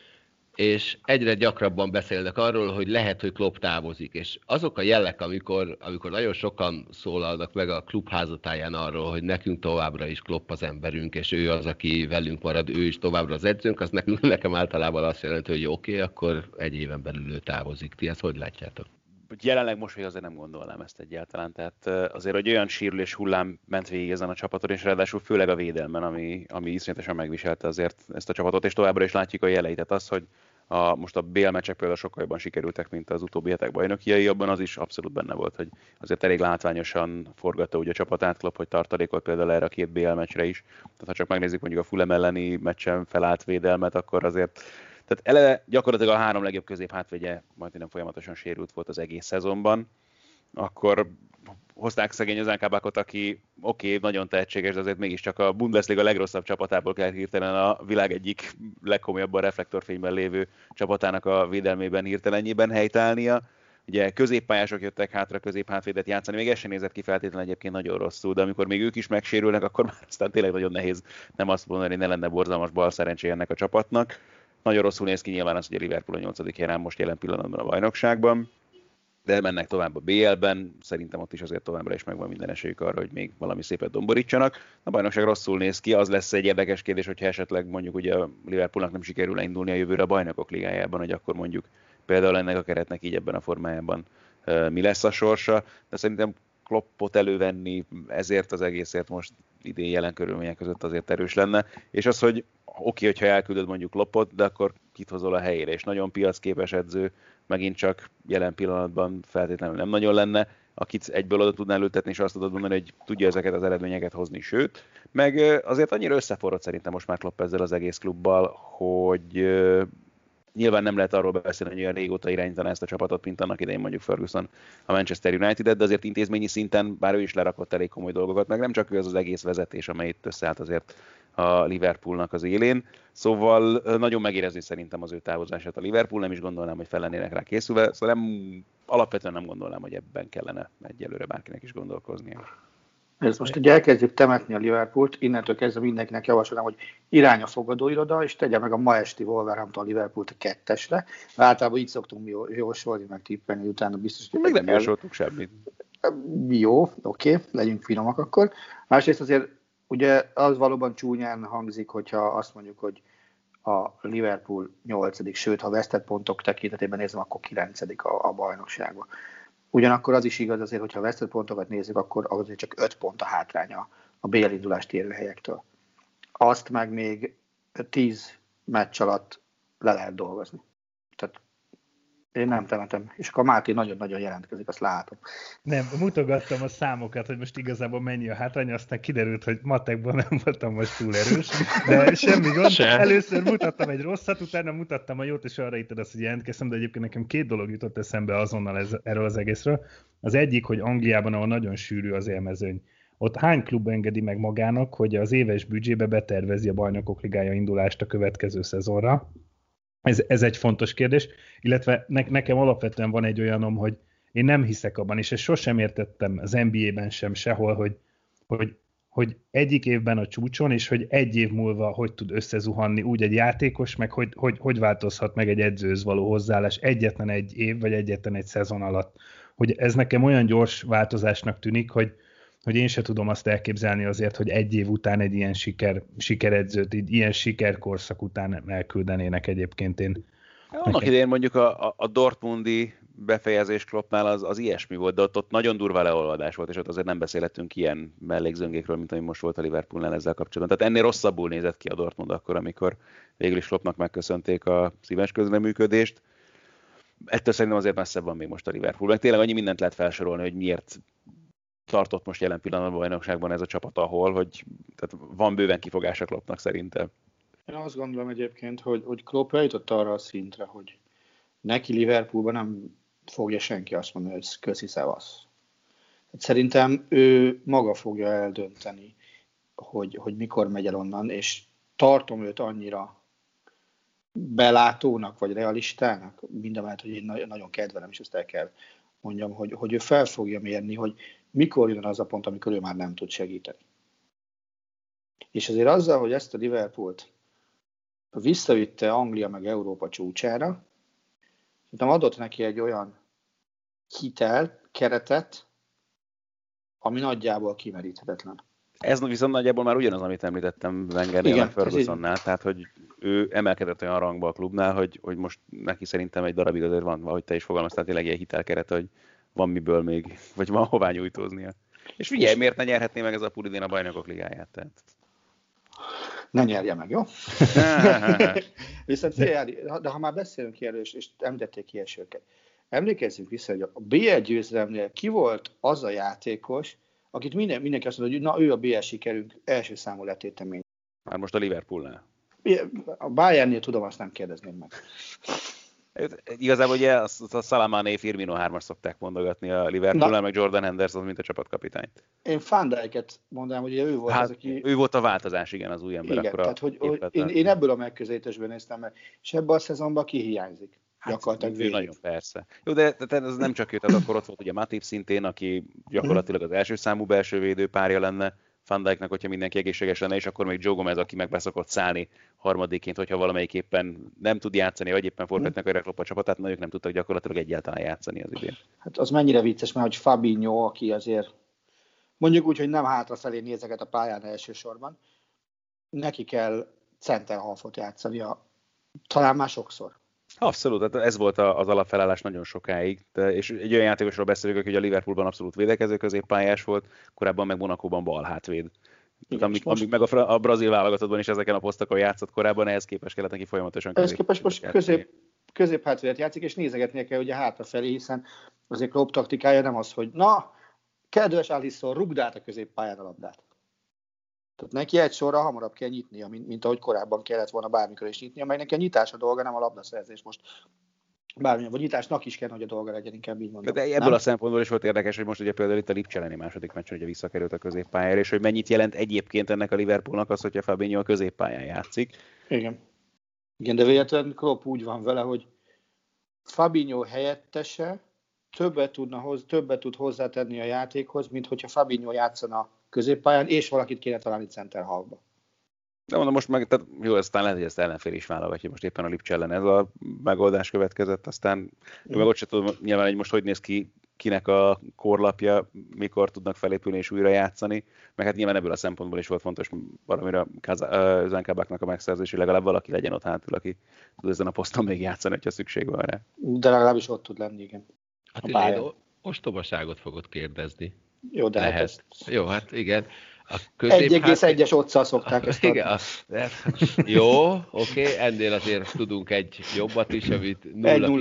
és egyre gyakrabban beszélnek arról, hogy lehet, hogy Klopp távozik. És azok a jelek, amikor, amikor nagyon sokan szólalnak meg a klub házatáján arról, hogy nekünk továbbra is Klopp az emberünk, és ő az, aki velünk marad, ő is továbbra az edzőnk, az nekünk, nekem általában azt jelenti, hogy oké, okay, akkor egy éven belül ő távozik. Ti ezt hogy látjátok? Jelenleg most, hogy azért nem gondolnám ezt egyáltalán. Tehát azért, hogy olyan sérülés hullám ment végig ezen a csapaton, és ráadásul főleg a védelmen, ami, ami iszonyatosan megviselte azért ezt a csapatot, és továbbra is látjuk a jeleit. Tehát az, hogy a, most a bé el meccsek például sokkal jobban sikerültek, mint az utóbbi hetek bajnokiai, abban az is abszolút benne volt, hogy azért elég látványosan forgatta úgy a csapatát Klopp, hogy tartalékolt például erre a két bé el meccsre is. Tehát ha csak megnézzük mondjuk a Fulham elleni meccsen felállt védelmet, akkor azért tehát eleve gyakorlatilag a három legjobb középhátvédje majdnem folyamatosan sérült volt az egész szezonban. Akkor hozták szegény az Kabakot, aki oké, okay, nagyon tehetséges, de azért mégiscsak a Bundesliga legrosszabb csapatából kell hirtelen a világ egyik legkomolyabban reflektorfényben lévő csapatának a védelmében hirtelenjében helytállnia. Ugye középpályások jöttek hátra középhátvédet játszani, még ez sem nézett ki feltétlenül egyébként nagyon rosszul, de amikor még ők is megsérülnek, akkor már aztán tényleg nagyon nehéz nem azt mondani, hogy ne lenne borzalmas bal szerencséje ennek a csapatnak. Nagyon rosszul néz ki nyilván az, hogy a Liverpool a nyolcadik helyen most jelen pillanatban a bajnokságban, de mennek tovább a bé el-ben, szerintem ott is azért továbbra is megvan minden esélyük arra, hogy még valami szépet domborítsanak. A bajnokság rosszul néz ki, az lesz egy érdekes kérdés, hogyha esetleg mondjuk ugye a Liverpoolnak nem sikerül elindulni a jövőre a bajnokok ligájában, hogy akkor mondjuk például ennek a keretnek így ebben a formájában mi lesz a sorsa, de szerintem Kloppot elővenni ezért az egészért most idén jelen körülmények között azért erős lenne, és az, hogy oké, okay, hogyha elküldöd mondjuk Kloppot, de akkor kit hozol a helyére, és nagyon piacképes edző, megint csak jelen pillanatban feltétlenül nem nagyon lenne, akit egyből oda tudnál ültetni, és azt tudod mondani, hogy tudja ezeket az eredményeket hozni, sőt, meg azért annyira összeforrott szerintem most már Klopp ezzel az egész klubbal, hogy nyilván nem lehet arról beszélni, hogy olyan régóta irányítaná ezt a csapatot, mint annak idején mondjuk Ferguson a Manchester United-et, de azért intézményi szinten, bár ő is lerakott elég komoly dolgokat, meg nem csak ő, az az egész vezetés, amely itt összeállt azért a Liverpoolnak az élén. Szóval nagyon megérezni szerintem az ő távozását a Liverpool, nem is gondolnám, hogy fel lennének rá készülve, szóval nem, alapvetően nem gondolnám, hogy ebben kellene egyelőre bárkinek is gondolkoznia. Ezt most ugye elkezdjük temetni a Liverpoolt, innentől kezdve mindenkinek javasolnám, hogy irány a fogadóiroda, és tegye meg a ma esti Wolverhampton Liverpoolt a kettesre. Általában így szoktunk mi jósolni, meg tippelni, utána biztos, hogy... Még nem jósoltuk semmit. Jó, oké, legyünk finomak akkor. Másrészt azért ugye az valóban csúnyán hangzik, hogyha azt mondjuk, hogy a Liverpool nyolcadik, sőt, ha vesztett pontok tekintetében nézem, akkor kilencedik a, a bajnokságban. Ugyanakkor az is igaz azért, hogyha vesztett pontokat nézzük, akkor azért csak öt pont a hátránya a bé el indulást érő helyektől. Azt meg még tíz meccs alatt le lehet dolgozni. Tehát én nem temetem. És akkor Máté nagyon-nagyon jelentkezik, azt látom. Nem, mutogattam a számokat, hogy most igazából mennyi a hátrány, aztán kiderült, hogy matekban nem voltam most túl erős, de semmi gond. Se. Először mutattam egy rosszat, utána mutattam a jót, és arra hitted azt, hogy jelentkeztem, de egyébként nekem két dolog jutott eszembe azonnal ez, erről az egészről. Az egyik, hogy Angliában, ahol nagyon sűrű az élmezőny, ott hány klub engedi meg magának, hogy az éves büdzsébe betervezi a Bajnokok Ligája indulást a következő szezonra, Ez, ez egy fontos kérdés, illetve ne, nekem alapvetően van egy olyanom, hogy én nem hiszek abban, és ezt sosem értettem az en bé á-ben sem sehol, hogy, hogy, hogy egyik évben a csúcson, és hogy egy év múlva hogy tud összezuhanni úgy egy játékos, meg hogy, hogy, hogy változhat meg egy edzőhöz való hozzáállás egyetlen egy év, vagy egyetlen egy szezon alatt. Hogy ez nekem olyan gyors változásnak tűnik, hogy, hogy én se tudom azt elképzelni azért, hogy egy év után egy ilyen siker, sikeredzőt, egy ilyen sikerkorszak után elküldenének egyébként én. Annak idején mondjuk a, a Dortmundi befejezés Kloppnál az, az ilyesmi volt, de ott, ott nagyon durva leolvadás volt, és ott azért nem beszélhetünk ilyen mellékzöngékről, mint ami most volt a Liverpoolnál ezzel kapcsolatban. Tehát ennél rosszabbul nézett ki a Dortmund akkor, amikor végül is Kloppnak megköszönték a szíves közreműködést. Ettől szerintem azért messzebb van még most a Liverpool. Meg tényleg annyi mindent lehet felsorolni, hogy miért tartott most jelen pillanatban a bajnokságban ez a csapat, ahol, hogy tehát van bőven kifogása Kloppnak szerintem. Én azt gondolom egyébként, hogy, hogy Klopp eljutott arra a szintre, hogy neki Liverpoolban nem fogja senki azt mondani, hogy köszi szevasz. Szerintem ő maga fogja eldönteni, hogy, hogy mikor megy el onnan, és tartom őt annyira belátónak, vagy realistának, mindamellett, hogy én nagyon kedvelem, és ezt el kell mondjam, hogy, hogy ő fel fogja mérni, hogy mikor jön az a pont, amikor ő már nem tud segíteni. És azért azzal, hogy ezt a Liverpoolt visszavitte Anglia meg Európa csúcsára, szerintem adott neki egy olyan hitel, keretet, ami nagyjából kimeríthetetlen. Ez viszont nagyjából már ugyanaz, amit említettem Wengernél, meg Fergusonnál, tehát hogy ő emelkedett olyan rangba a klubnál, hogy, hogy most neki szerintem egy darabig azért van, ahogy te is fogalmaztál, tényleg ilyen hitelkeret, hogy van miből még, vagy van hová nyújtóznia. És figyelj, miért ne nyerhetné meg ez a Pulidén a Bajnokok Ligáját? Tehát... Ne nyerje meg, jó? Viszont de ha már beszélünk ilyenről, és, és említették ki elsőket, emlékezzünk vissza, hogy a bé el győzelemnél ki volt az a játékos, akit minden, mindenki azt mondta, hogy na, ő a bé el sikerünk első számú letétemény. Már most a Liverpoolnál. A Bayernnél tudom, azt nem kérdezném meg. Igazából ugye azt a Salamane Firmino hármas szokták mondogatni a Liverpoolnál, meg Jordan Henderson, mint a csapatkapitányt. Én Van Dijket mondanám, hogy ő volt hát, az, aki... Ő volt a változás, igen, az új ember. Igen, akkor tehát hogy, hogy én, én ebből a megközelítésben néztem meg, és ebben a szezonban ki hiányzik. Hát, nagyon persze. Jó, de, de ez nem csak ő, tehát akkor ott volt ugye Matip szintén, aki gyakorlatilag az első számú belső védőpárja lenne Van Dijknak, hogyha mindenki egészséges lenne, és akkor még Joe Gomez, aki meg beszokott szállni harmadikként, hogyha valamelyik éppen nem tud játszani, vagy éppen forgatnak a Klopp a csapatát, na ők nem tudtak gyakorlatilag egyáltalán játszani az idén. Hát az mennyire vicces, mert hogy Fabinho, aki azért mondjuk úgy, hogy nem hátrafelé nézeket a pályán elsősorban, neki kell center halfot játszania, talán már sokszor. Abszolút, tehát ez volt az alapfelállás nagyon sokáig, de, és egy olyan játékosról beszélünk, aki a Liverpoolban abszolút védekező középpályás volt, korábban meg Monacóban bal hátvéd. Igen, amíg, most... amíg meg a, a brazil válogatottban is ezeken a posztokon játszott korábban, ehhez képest kellett neki folyamatosan közép. Ehhez képest most közép, középhátvédet játszik, és nézegetnie kell ugye hátrafelé, hiszen azért Klopp taktikája nem az, hogy na, kedves Alisson, rugd át a középpályán a labdát. Tehát neki egy sorra hamarabb kell nyitnia, mint, mint ahogy korábban kellett volna bármikor is nyitnia, meg neki a nyitás a dolga, nem a labdaszerzés most. Bármilyen, vagy nyitásnak is kell, hogy a dolga legyen, inkább így mondom. De ebből nem? A szempontból is volt érdekes, hogy most ugye például itt a Lipcse elleni második meccsen ugye visszakerült a középpályára, és hogy mennyit jelent egyébként ennek a Liverpoolnak az, hogyha Fabinho a középpályán játszik. Igen. Igen, de véletlenül Klopp úgy van vele, hogy Fabinho helyettese többet, tudna hoz, többet tud hozzátenni a játékhoz, mint hogyha Fabinho játszana középpályán, és valakit kéne találni center halfba. De mondom, most meg, tehát jó, aztán lehet, hogy ezt ellenfél is válogatja, most éppen a Lipcse ellen ez a megoldás következett, aztán mm. meg ott sem tudom nyilván, hogy most hogy néz ki, kinek a korlapja, mikor tudnak felépülni és újra játszani, meg hát nyilván ebből a szempontból is volt fontos valamire Zenkabaknak a megszerzés, hogy legalább valaki legyen ott hátul, aki tud ezen a poszton még játszani, hogyha szükség van rá. De legalábbis ott tud lenni, igen. Hát én ostobaságot fogok kérdezni. Jó, de lehet. Hát ez... Jó, hát igen. egy egész egyes otszal szokták ezt igen, a, jó, oké, okay, ennél azért tudunk egy jobbat is, amit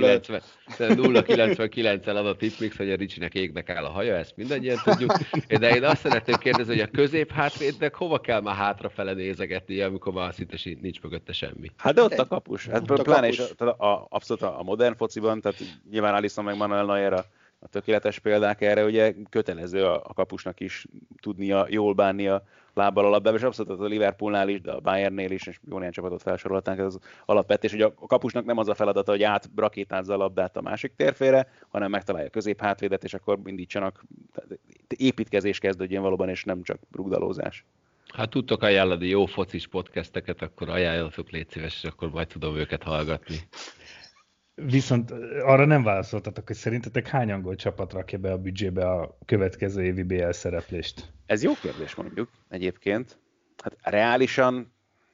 nulla kilencvenkilenccel ad a tipmix, hogy a Ricsinek égnek áll a haja, ezt mindannyian tudjuk. De én azt szeretném kérdezni, hogy a középhátvédnek hova kell már hátrafele nézegetni, amikor már szinte nincs mögötte semmi. Hát de ott a kapus. Hát pláne is a, a, abszolút a modern fociban, tehát nyilván Alisson meg Manuel Neuer a a tökéletes példák erre, ugye kötelező a, a kapusnak is tudnia jól bánni a lábbal a labdában, és abszolút a Liverpoolnál is, de a Bayernnél is, és jó néhány csapatot felsorolhatnánk, ez az alapvetés, hogy a kapusnak nem az a feladata, hogy átrakétázza a labdát a másik térfére, hanem megtalálja a középhátvédet, és akkor indítsanak, építkezés kezdődjön valóban, és nem csak rugdalózás. Ha tudtok ajánlani jó focis podcasteket, akkor ajánlatok, légy szíves, és akkor majd tudom őket hallgatni. Viszont arra nem válaszoltatok, hogy szerintetek hány angol csapat rakja be a büdzsébe a következő évi bé el szereplést? Ez jó kérdés mondjuk egyébként. Hát reálisan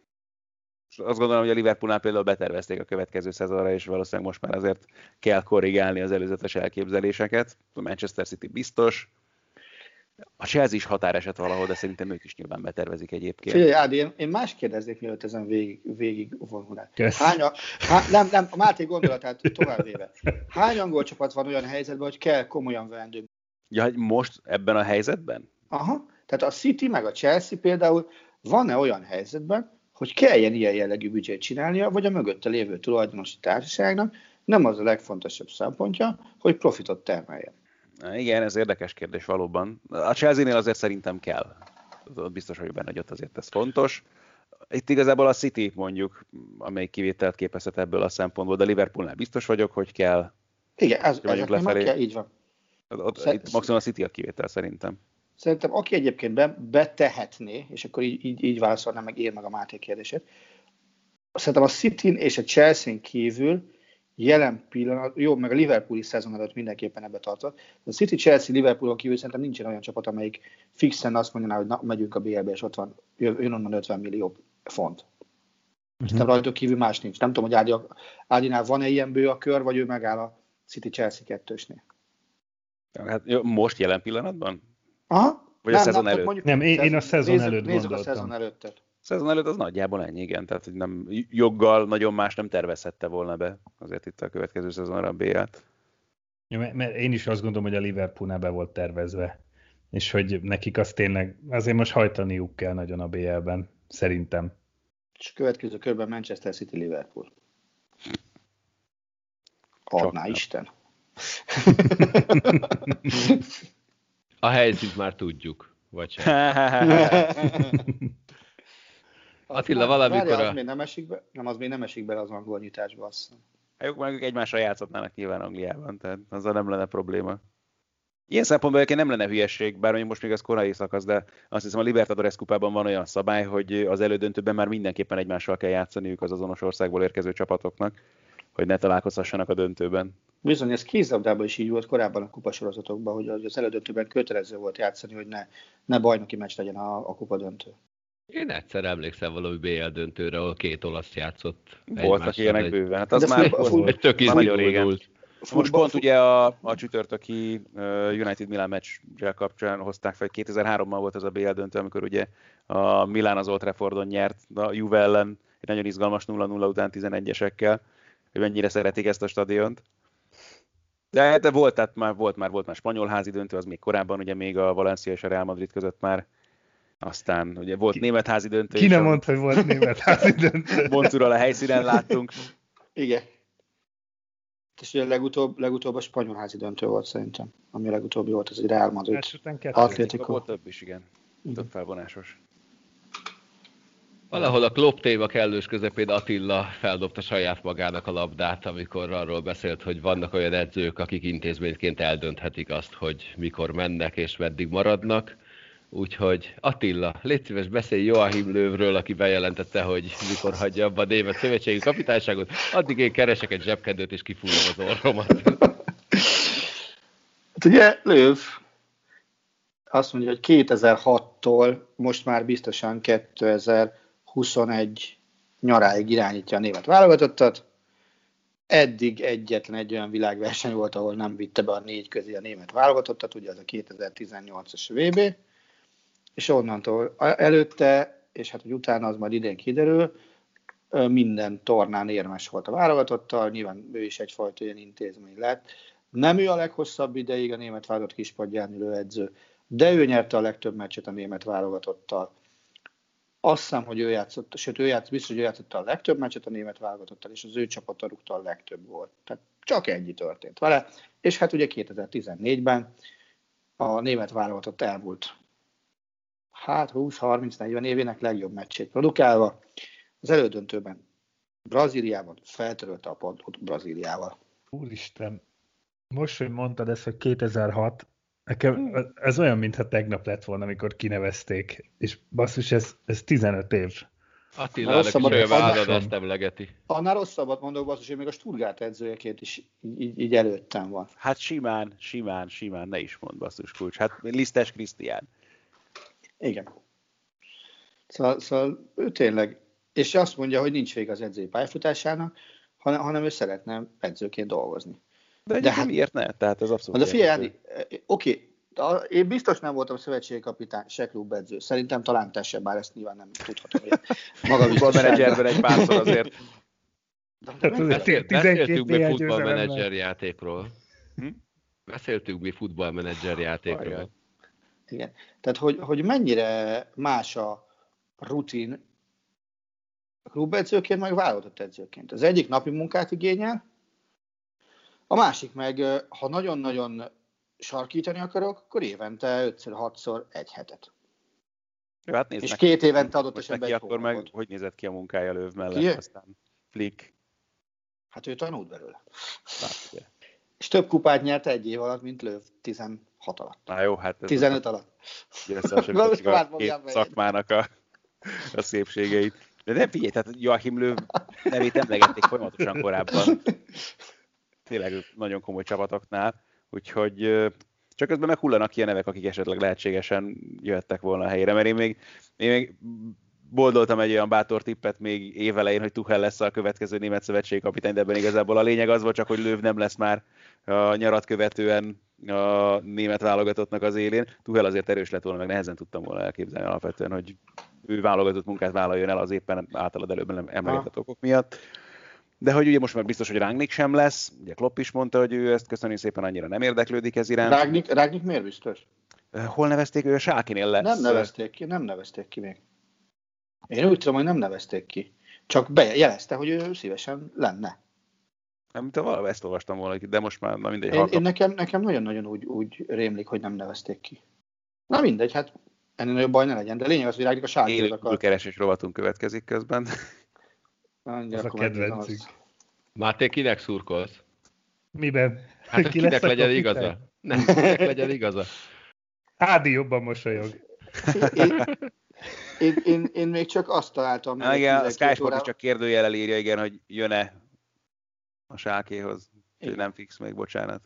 azt gondolom, hogy a Liverpoolnál például betervezték a következő szezonra, és valószínűleg most már azért kell korrigálni az előzetes elképzeléseket. A Manchester City biztos. A Chelsea is határeset valahol, de szerintem ők is nyilván betervezik egyébként. Figyelj, Ádi, én, én más kérdeznék, mielőtt ezen végig, végig vonulnál. Hány a, há, nem, nem, a Máté gondolatát továbbvéve. Hány angol csapat van olyan helyzetben, hogy kell komolyan vendő? Ja, most ebben a helyzetben? Aha, tehát a City meg a Chelsea például van-e olyan helyzetben, hogy kelljen ilyen jellegű büdzsét csinálnia, vagy a mögötte lévő tulajdonosi társaságnak nem az a legfontosabb szempontja, hogy profitot termeljen. Igen, ez érdekes kérdés valóban. A Chelsea-nél azért szerintem kell. Biztos vagyok benne, hogy ott azért ez fontos. Itt igazából a City mondjuk, amelyik kivételt képezhet ebből a szempontból, de Liverpoolnál biztos vagyok, hogy kell. Igen, ez, ezeknek meg kell, így van. Ott, Szer- itt maximum a City a kivétel szerintem. Szerintem aki egyébként be, betehetné, és akkor így, így, így válaszolnám meg én meg a Máté kérdését, szerintem a Cityn és a Chelsea-n kívül jelen pillanat, jó, meg a Liverpooli szezon előtt mindenképpen ebbe tartott. A City, Chelsea, Liverpoolon kívül szerintem nincsen olyan csapat, amelyik fixen azt mondaná, hogy na, megyünk a bé el-be, és ott van, jön onnan ötven millió font. Uh-huh. Szerintem rajtuk kívül más nincs. Nem tudom, hogy Ádi, Ádinál van-e ilyen bő a kör, vagy ő megáll a City-Chelsea kettősnél. Hát jó, most jelen pillanatban? Aha. Vagy nem, a szezon nem, előtt? Mondjuk, nem, én, én a szezon nézzük, előtt nézzük gondoltam. a szezon előttet. A szezon előtt az nagyjából ennyi, igen. Tehát hogy nem, joggal nagyon más nem tervezhette volna be azért itt a következő szezonra a bé el-t. Ja, mert én is azt gondolom, hogy a Liverpoolnál be volt tervezve. És hogy nekik azt tényleg, azért most hajtaniuk kell nagyon a bé el-ben, szerintem. És a következő körben Manchester City, Liverpool. Adná Isten. A helyszínt már tudjuk, vagy sem. Attila, valamikor Várja, a... az még nem esik be? Nem, az még nem esik bele az angol nyitásba, azt hiszem. Ők meg egymásra játszhatnának nyilván Angliában, tehát azzal nem lenne probléma. Ilyen szempontból egyébként nem lenne hülyesség, bár most még az korai szakasz, de azt hiszem a Libertadores kupában van olyan szabály, hogy az elődöntőben már mindenképpen egymással kell játszaniuk az azonos országból érkező csapatoknak, hogy ne találkozhassanak a döntőben. Bizony, ez kézlabdában is így volt korábban a kupasorozatokban, hogy az elődöntőben kötelező volt játszani, hogy ne, ne bajnoki meccs legyen a, a kupadöntő. Én egyszer emlékszem valami bé el döntőre, ahol két olasz játszott. Voltak ilyenek egy... bőven. Hát az de már fut, fut, egy tök nagyon régen. Futball, Most pont ugye a, a csütörtöki uh, United Milan meccsel kapcsán hozták fel, kétezer-háromban volt ez a bé el döntő, amikor ugye a Milan az Old Traffordon nyert a Juve ellen, egy nagyon izgalmas nulla nulla után tizenegyesekkel, hogy mennyire szeretik ezt a stadiont. De, de volt, tehát már, volt, már, volt már spanyol házi döntő, az még korábban, ugye még a Valencia és a Real Madrid között már. Aztán ugye volt ki, német házi döntő. Ki nem mondta, hogy volt német házi döntő. Boncural a helyszínen láttunk. Igen. És ugye legutóbb, legutóbb a spanyol házi döntő volt szerintem, ami a legutóbbi volt, ez egy Real Madrid. Atlético. Volt több is, igen. igen. Több felvonásos. Valahol a Klopp téma kellős közepén Attila feldobta saját magának a labdát, amikor arról beszélt, hogy vannak olyan edzők, akik intézményként eldönthetik azt, hogy mikor mennek és meddig maradnak. Úgyhogy Attila, légy szíves, beszélj Joachim Löwről, aki bejelentette, hogy mikor hagyja abba a német szövetségi kapitányságot, addig én keresek egy zsebkedőt és kifújom az orromat. Hát ugye Löw azt mondja, hogy kétezer-hattól most már biztosan kétezer-huszonegy nyaráig irányítja a német válogatottat. Eddig egyetlen egy olyan világverseny volt, ahol nem vitte be a négy közé a német válogatottat, ugye az a kétezer-tizennyolcas vé bé, és onnantól előtte, és hát hogy utána az majd idén kiderül, minden tornán érmes volt a válogatottal, nyilván ő is egyfajta ilyen intézmény lett. Nem ő a leghosszabb ideig a német válogatott kispadján ülő edző, de ő nyerte a legtöbb meccset a német válogatottal. azt hiszem, hogy ő játszott, sőt, ő játszott, biztos, hogy ő játszotta a legtöbb meccset a német válogatottal, és az ő csapata rúgta a legtöbb volt. Tehát csak ennyi történt vele. És hát ugye kétezer-tizennégyben a német válogatott elmúlt hát húsz-harminc-negyven évének legjobb meccsét produkálva. Az elődöntőben Brazíliában feltörölte a padlót Brazíliával. Úristen, most, hogy mondtad ezt, hogy kétezer-hat, nekem ez olyan, mintha tegnap lett volna, amikor kinevezték, és basszus, ez, ez tizenöt év. Attilának is olyan vállad ezt emlegeti. Annál rosszabbat mondok, basszus, hogy még a Stuttgart edzőjeként is így, így előttem van. Hát simán, simán, simán, ne is mond basszus kulcs. Hát Lisztes Krisztián. Igen. Szóval, szóval ő tényleg, és azt mondja, hogy nincs vége az edzői pályafutásának, hanem, hanem ő szeretne edzőként dolgozni. De, de hát miért ne? Tehát ez abszolút. De figyelj, Ádi, oké, én biztos nem voltam szövetségi kapitány, se klubedző. Szerintem talán te sem, bár ezt nyilván nem tudhatom. Maga futballmenedzserben egy párszor azért. Beszéltünk mi futballmenedzser játékról. Hm? Beszéltünk mi futballmenedzser játékról. Igen. Tehát, hogy, hogy mennyire más a rutin klubedzőként, meg válogatott edzőként. Az egyik napi munkát igényel, a másik meg, ha nagyon-nagyon sarkítani akarok, akkor évente ötször-hatszor egy hetet. Jó, hát és neki, két évente adott esetben egy akkor meg hogy nézett ki a munkája Löw mellett, ki? Aztán Flick. Hát ő tanult belőle. Hát, ugye. És több kupát nyert egy év alatt, mint Löw tizenhat alatt. Na jó, hát ez tizenöt alatt. Összehasonlítjuk a két szakmának a, a szépségeit. De nem figyelj, tehát Joachim Löw nevét emlegették folyamatosan korábban. Tényleg nagyon komoly csapatoknál, úgyhogy csak közben meg hullanak ki a nevek, akik esetleg lehetségesen jöhettek volna a helyére, mert én még, én még boldoltam egy olyan bátor tippet még évelején, hogy Tuchel lesz a következő német szövetségi kapitány, de ebben igazából a lényeg az volt csak, hogy Löw nem lesz már a nyarat követően a német válogatottnak az élén. Tuchel azért erős lett volna, meg nehezen tudtam volna elképzelni alapvetően, hogy ő válogatott munkát vállaljon el az éppen általad előbb emlegetett okok miatt. De hogy ugye most már biztos, hogy Rangnick sem lesz, ugye Klopp is mondta, hogy ő ezt köszönjük szépen annyira nem érdeklődik ez iránt. Rangnick, Rangnick miért biztos? Hol nevezték, ő a Schalkénél lesz? Nem nevezték ki, nem nevezték ki még. Én úgy tudom, hogy nem nevezték ki. Csak bejelezte, hogy ő szívesen lenne. Nem, te valahol ezt olvastam volna, de most már na mindegy. Én, én nekem, nekem nagyon-nagyon úgy, úgy rémlik, hogy nem nevezték ki. Na mindegy, hát ennél nagyobb baj ne legyen, de lényeg az, hogy Rangnick a Schalkéhoz akar. Élő keresés rovatunk következik közben. Az a kedvencük. Máté, kinek szurkolsz? Miben? Hát, hogy Ki kinek legyen igaza? Nem, kinek legyen igaza? Ádi jobban mosolyog. Én, én, én, én még csak azt találtam. Na, igen, a Sky Sport is csak kérdőjellel írja, igen, hogy jön-e a Schalkéhoz. Úgyhogy nem fix még, bocsánat.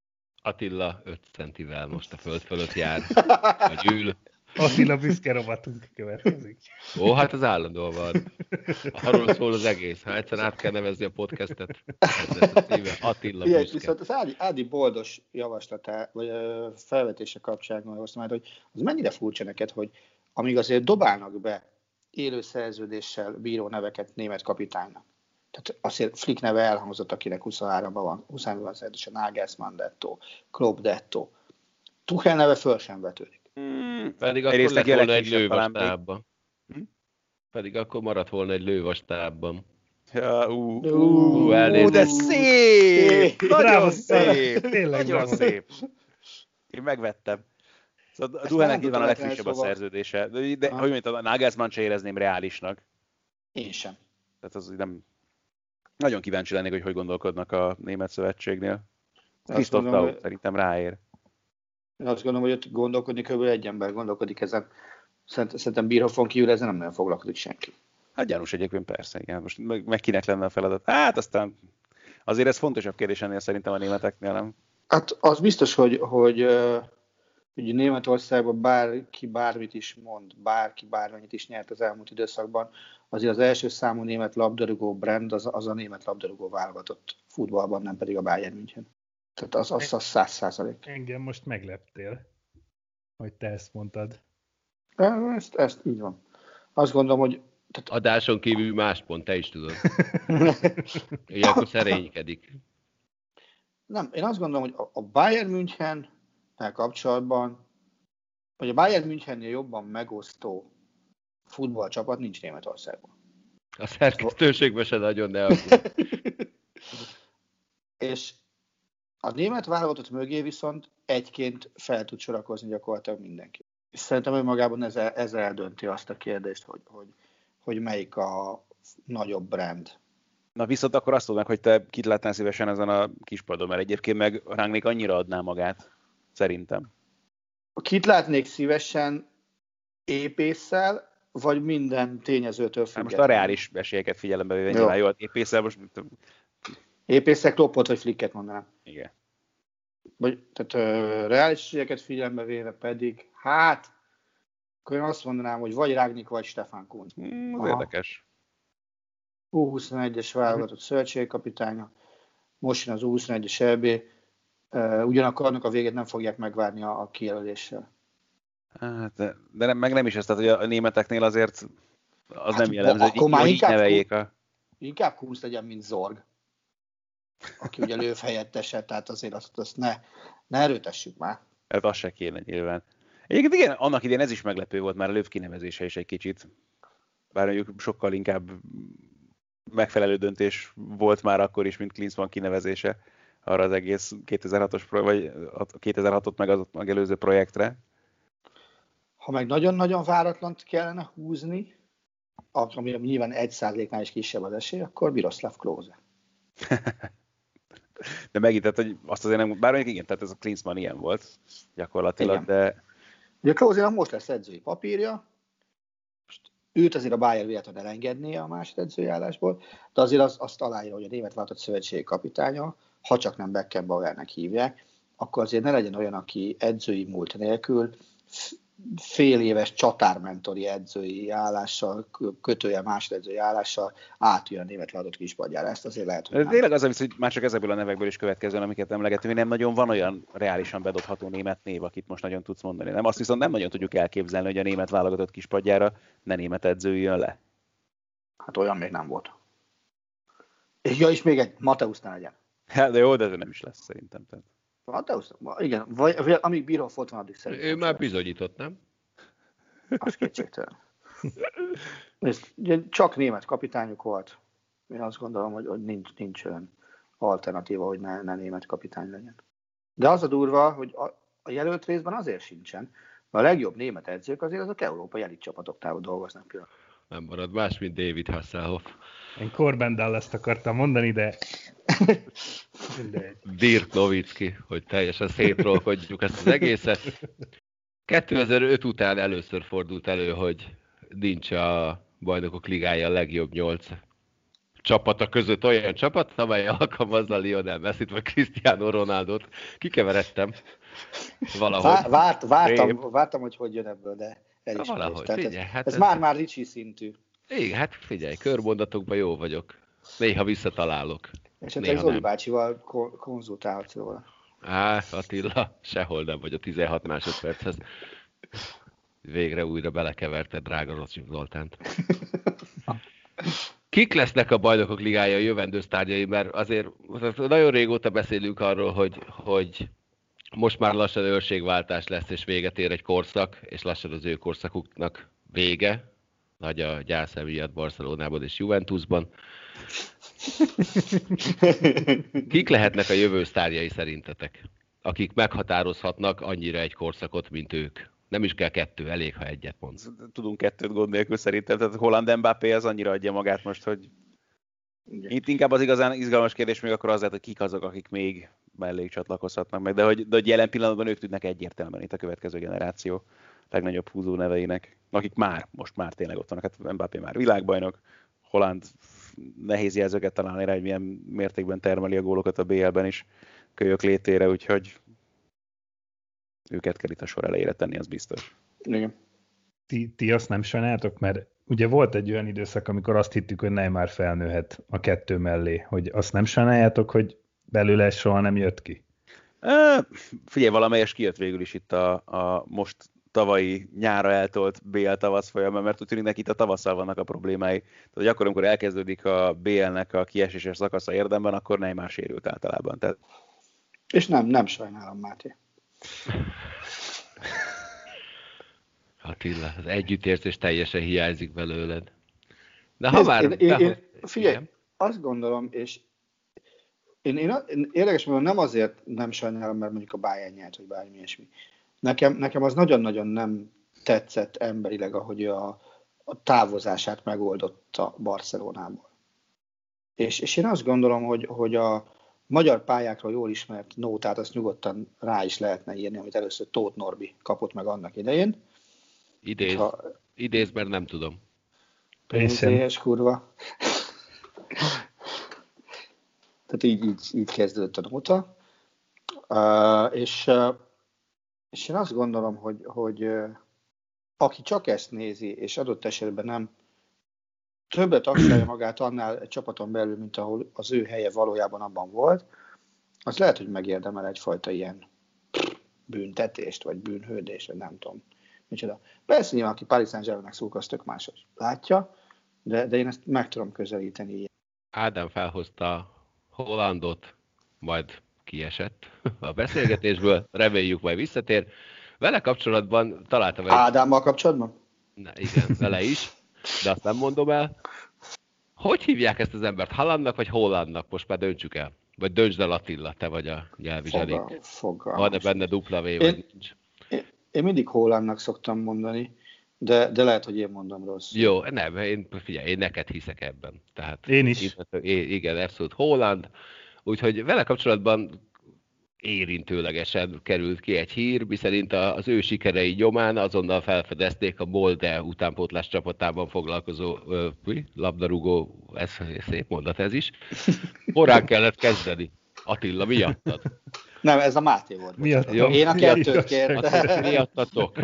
Attila öt centivel most a föld fölött jár, vagy ül. Attila büszke rovatunk következik. Ó, hát az állandóan van. Arról szól az egész. Ha egyszer át kell nevezni a podcastet, ez a címe. Attila Ilyen, büszke. viszont az Ádi, Ádi Boldos javaslatá, vagy felvetése kapcsán hoztam már, hogy az mennyire furcsa neked, hogy amíg azért dobálnak be élő szerződéssel bíró neveket német kapitánynak. Tehát azért Flick neve elhangzott, akinek huszonháromban van, huszonháromban van szerződése, Nagelsmann Detto, Klopp Detto. Tuchel neve föl sem vetődik. Hmm, pedig akkor lett volna egy Löw a stábban. Hm? Pedig akkor maradt volna egy Löw a stábban. Ja, ú, ú, ú, ú, de szép! Nagyon szép! Tényleg nagyon szép! Én megvettem. Szóval a Tuchelnek nyilván a legfrissebb a szerződése. De, de hogy mondtad, a Nagelsmann se érezném reálisnak. Én sem. Tehát az nem... Nagyon kíváncsi lennék, hogy hogy gondolkodnak a német szövetségnél. Christoph Daum szerintem ráér. Én azt gondolom, hogy ott gondolkodni kb. Egy ember gondolkodik ezen. Szerintem Bierhoffon kívül ezen nem nagyon foglalkozik senki. Hát gyanús egyébként persze, igen. Most meg, meg kinek lenne a feladat? Hát aztán azért ez fontosabb kérdés ennél szerintem a németeknél, nem? Hát az biztos, hogy, hogy, hogy Németországban bárki bármit is mond, bárki bármennyit is nyert az elmúlt időszakban, azért az első számú német labdarúgó brand az, az a német labdarúgó válogatott futballban, nem pedig a Bayern München. Tehát az az, az száz százalék. Engem most megleptél, hogy te ezt mondtad. Ezt, ezt így van. Azt gondolom, hogy... Tehát... Adáson kívül más pont, te is tudod. Ilyenkor szerénykedik. Nem, én azt gondolom, hogy a Bayern München-nel kapcsolatban, hogy a Bayern Münchennél jobban megosztó futballcsapat nincs Németországban. A szerkesztőségben se nagyon, de akkor. És a német válogatott mögé viszont egyként fel tud sorakozni gyakorlatilag mindenki. És szerintem önmagában ez, ez eldönti azt a kérdést, hogy, hogy, hogy melyik a nagyobb brand. Na viszont akkor azt tudnak, hogy te kit látnál szívesen ezen a kispadon, mert egyébként meg Rangnick annyira adná magát, szerintem. Kit látnék szívesen épésszel, vagy minden tényezőtől függetlenül? Hát most a reális esélyeket figyelembe véve nyilván jó, épésszel most... Épésszel Kloppot vagy Flicket mondanám. Igen. Vagy, tehát uh, reális esélyeket figyelembe véve pedig, hát, akkor én azt mondanám, hogy vagy Rangnick, vagy Stefan Kuhn. Hmm, az érdekes. U huszonegyes válogatott szövetségkapitánya, most jön az U huszonegyes é bé, uh, ugyanakkor annak a végét nem fogják megvárni a, a kijelöléssel. Hát, de, de nem, meg nem is ez, tehát hogy a németeknél azért az hát, nem jellemző, hogy így, hogy így neveljék a... Inkább Kunz legyen, mint Zorg, aki ugye Löw helyettese, tehát azért azt, azt ne, ne erőtessük már. Hát az se kéne nyilván. Egyébként igen, annak idején ez is meglepő volt már a Löw kinevezése is egy kicsit. Bár mondjuk sokkal inkább megfelelő döntés volt már akkor is, mint Klinsmann kinevezése arra az egész kétezer-hatos, vagy kétezer-hatot meg az megelőző projektre. Ha meg nagyon-nagyon váratlant kellene húzni, ami nyilván egy százaléknál is kisebb az esély, akkor Miroslav Klose. De megint, tehát, hogy azt azért nem, bár mondjuk igen, tehát ez a Klinsmann ilyen volt gyakorlatilag, igen. De... Ugye Klose-nak most lesz edzői papírja, most őt azért a Bayern véletlenül elengedné a másod edzői állásból, de azért az, azt aláírja, hogy a német válogatott szövetségi kapitánya, ha csak nem Beckenbauernek hívják, akkor azért ne legyen olyan, aki edzői múlt nélkül fél éves csatármentori edzői állással, kötője másodedzői állással átjön a német válogatott kispadjára. Ezt azért lehet, hogy tényleg az, hogy már csak ezekből a nevekből is következően, amiket emlegetünk, nem nagyon van olyan reálisan bedobható német név, akit most nagyon tudsz mondani. Nem? Azt viszont nem nagyon tudjuk elképzelni, hogy a német válogatott kispadjára ne német edző jön le. Hát olyan még nem volt. És ja, és még egy, Mateusz ne legyen. Hát, de jó, de ez nem is lesz szerintem. Tehát. Mateusz, igen, vagy, vagy amíg Bíró ott van, addig szerintem. Ő már bizonyított, nem? Az kétségtelen. Csak német kapitányuk volt. Én azt gondolom, hogy, hogy nincs, nincs olyan alternatíva, hogy ne, ne német kapitány legyen. De az a durva, hogy a, a jelölt részben azért sincsen, mert a legjobb német edzők azért azok európai elit csapatoktával dolgoznak például. Nem marad más, mint David Hasselhoff. Én Corbin Dallas-t akartam mondani, de... Dirk Nowitzki, hogy teljesen szétrolkodjuk ezt az egészet. kétezer-öt után először fordult elő, hogy nincs a Bajnokok Ligája a legjobb nyolc csapata között olyan csapat, amely alkalmazza Lionel Messit vagy Cristiano Ronaldot. Kikeveredtem valahogy. Várt, vártam, vártam, hogy hogy jön ebből, de el is valahogy, Tehát figyelj, ez, hát ez, ez már-már Ricsi szintű. Igen, hát figyelj, körmondatokban jó vagyok. Néha visszatalálok. És hát Zoli bácsival konzultálhatsz róla. Á, Attila, sehol nem vagy a tizenhat másodperchez. Végre újra belekeverted drága Rossi Zoltánt. Kik lesznek a Bajnokok Ligája a jövendő sztárjai, mert azért nagyon régóta beszélünk arról, hogy, hogy most már lassan őrségváltás lesz, és véget ér egy korszak, és lassan az ő korszakuknak vége. Nagy a gyász emiatt Barcelonában és Juventusban. Kik lehetnek a jövő sztárjai szerintetek? Akik meghatározhatnak annyira egy korszakot, mint ők. Nem is kell kettő, elég, ha egyet mondsz. Tudunk kettőt gond nélkül szerintem. Tehát Holland Mbappé az annyira adja magát most, hogy igen. Itt inkább az igazán izgalmas kérdés még akkor az lehet, hogy kik azok, akik még mellé csatlakozhatnak meg. De hogy, de hogy jelen pillanatban ők tudnak egyértelműen itt a következő generáció legnagyobb húzó neveinek, akik már, most már tényleg ott vannak. Hát Mbappé már világbajnok, Holland nehéz jelzőket találni rá, hogy milyen mértékben termeli a gólokat a bé el-ben is kölyök létére, úgyhogy őket kell itt a sor elejére tenni, az biztos. Igen. Ti, ti azt nem sajnáltok, mert ugye volt egy olyan időszak, amikor azt hittük, hogy Neymar felnőhet a kettő mellé, hogy azt nem sajnáljátok, hogy belőle soha nem jött ki? E, figyelj, valamelyes kijött végül is itt a, a most tavalyi nyára eltolt bé el tavasz folyamán, mert úgy tűnik neki itt a tavasszal vannak a problémái. Tehát, hogy akkor, amikor elkezdődik a bé el-nek a kieséses szakasza érdemben, akkor Neymar sérült általában. Tehát... És nem, nem sajnálom, Máté. Attila, az együttérzés teljesen hiányzik belőled. De ha Nézd, már... én, én, de, én, figyelj, igen. azt gondolom, és én, én, én érdekes módon nem azért nem sajnálom, mert mondjuk a Bayern nyert, vagy bármi ilyesmi. Nekem, nekem az nagyon-nagyon nem tetszett emberileg, ahogy a, a távozását megoldotta Barcelonából. És, és én azt gondolom, hogy, hogy a magyar pályákról jól ismert nótát azt nyugodtan rá is lehetne írni, amit először Tóth Norbi kapott meg annak idején. Idéz, Ha, idéz, mert nem tudom. pénzéhes kurva. Tehát így, így, így kezdődött a nóta. Uh, és, uh, és én azt gondolom, hogy, hogy uh, aki csak ezt nézi, és adott esetben nem többet aksálja magát annál egy csapaton belül, mint ahol az ő helye valójában abban volt, az lehet, hogy megérdemel egyfajta ilyen büntetést, vagy bűnhődést, vagy nem tudom. Micsoda. Persze nyilván, aki Paris Saint-Germainnek szúk, az tök más, látja, de, de én ezt meg tudom közelíteni ilyen. Ádám felhozta Hollandot, majd kiesett a beszélgetésből, reméljük majd visszatér. Vele kapcsolatban találtam egy... Ádámmal kapcsolatban? Na, igen, vele is, de azt nem mondom el. Hogy hívják ezt az embert? Hallandnak vagy Hollandnak? Most már döntsük el. Vagy döntsd el, Attila, te vagy a nyelvi zsenik. Van-e benne dupla V, vagy én, nincs? Én, én mindig Hollandnak szoktam mondani, de, de lehet, hogy én mondom rossz. Jó, nem, én, figyelj, én neked hiszek ebben. Tehát, én is. Én, igen, abszolút Holland. Úgyhogy vele kapcsolatban érintőlegesen került ki egy hír, miszerint az ő sikerei nyomán azonnal felfedezték a Molde utánpótlás csapatában foglalkozó ö, labdarúgó, ez szép mondat ez is. Korán kellett kezdeni. Attila, miattad? Nem, ez a Máté volt. Miatt, jó, én a kettőt kértem. Miattatok.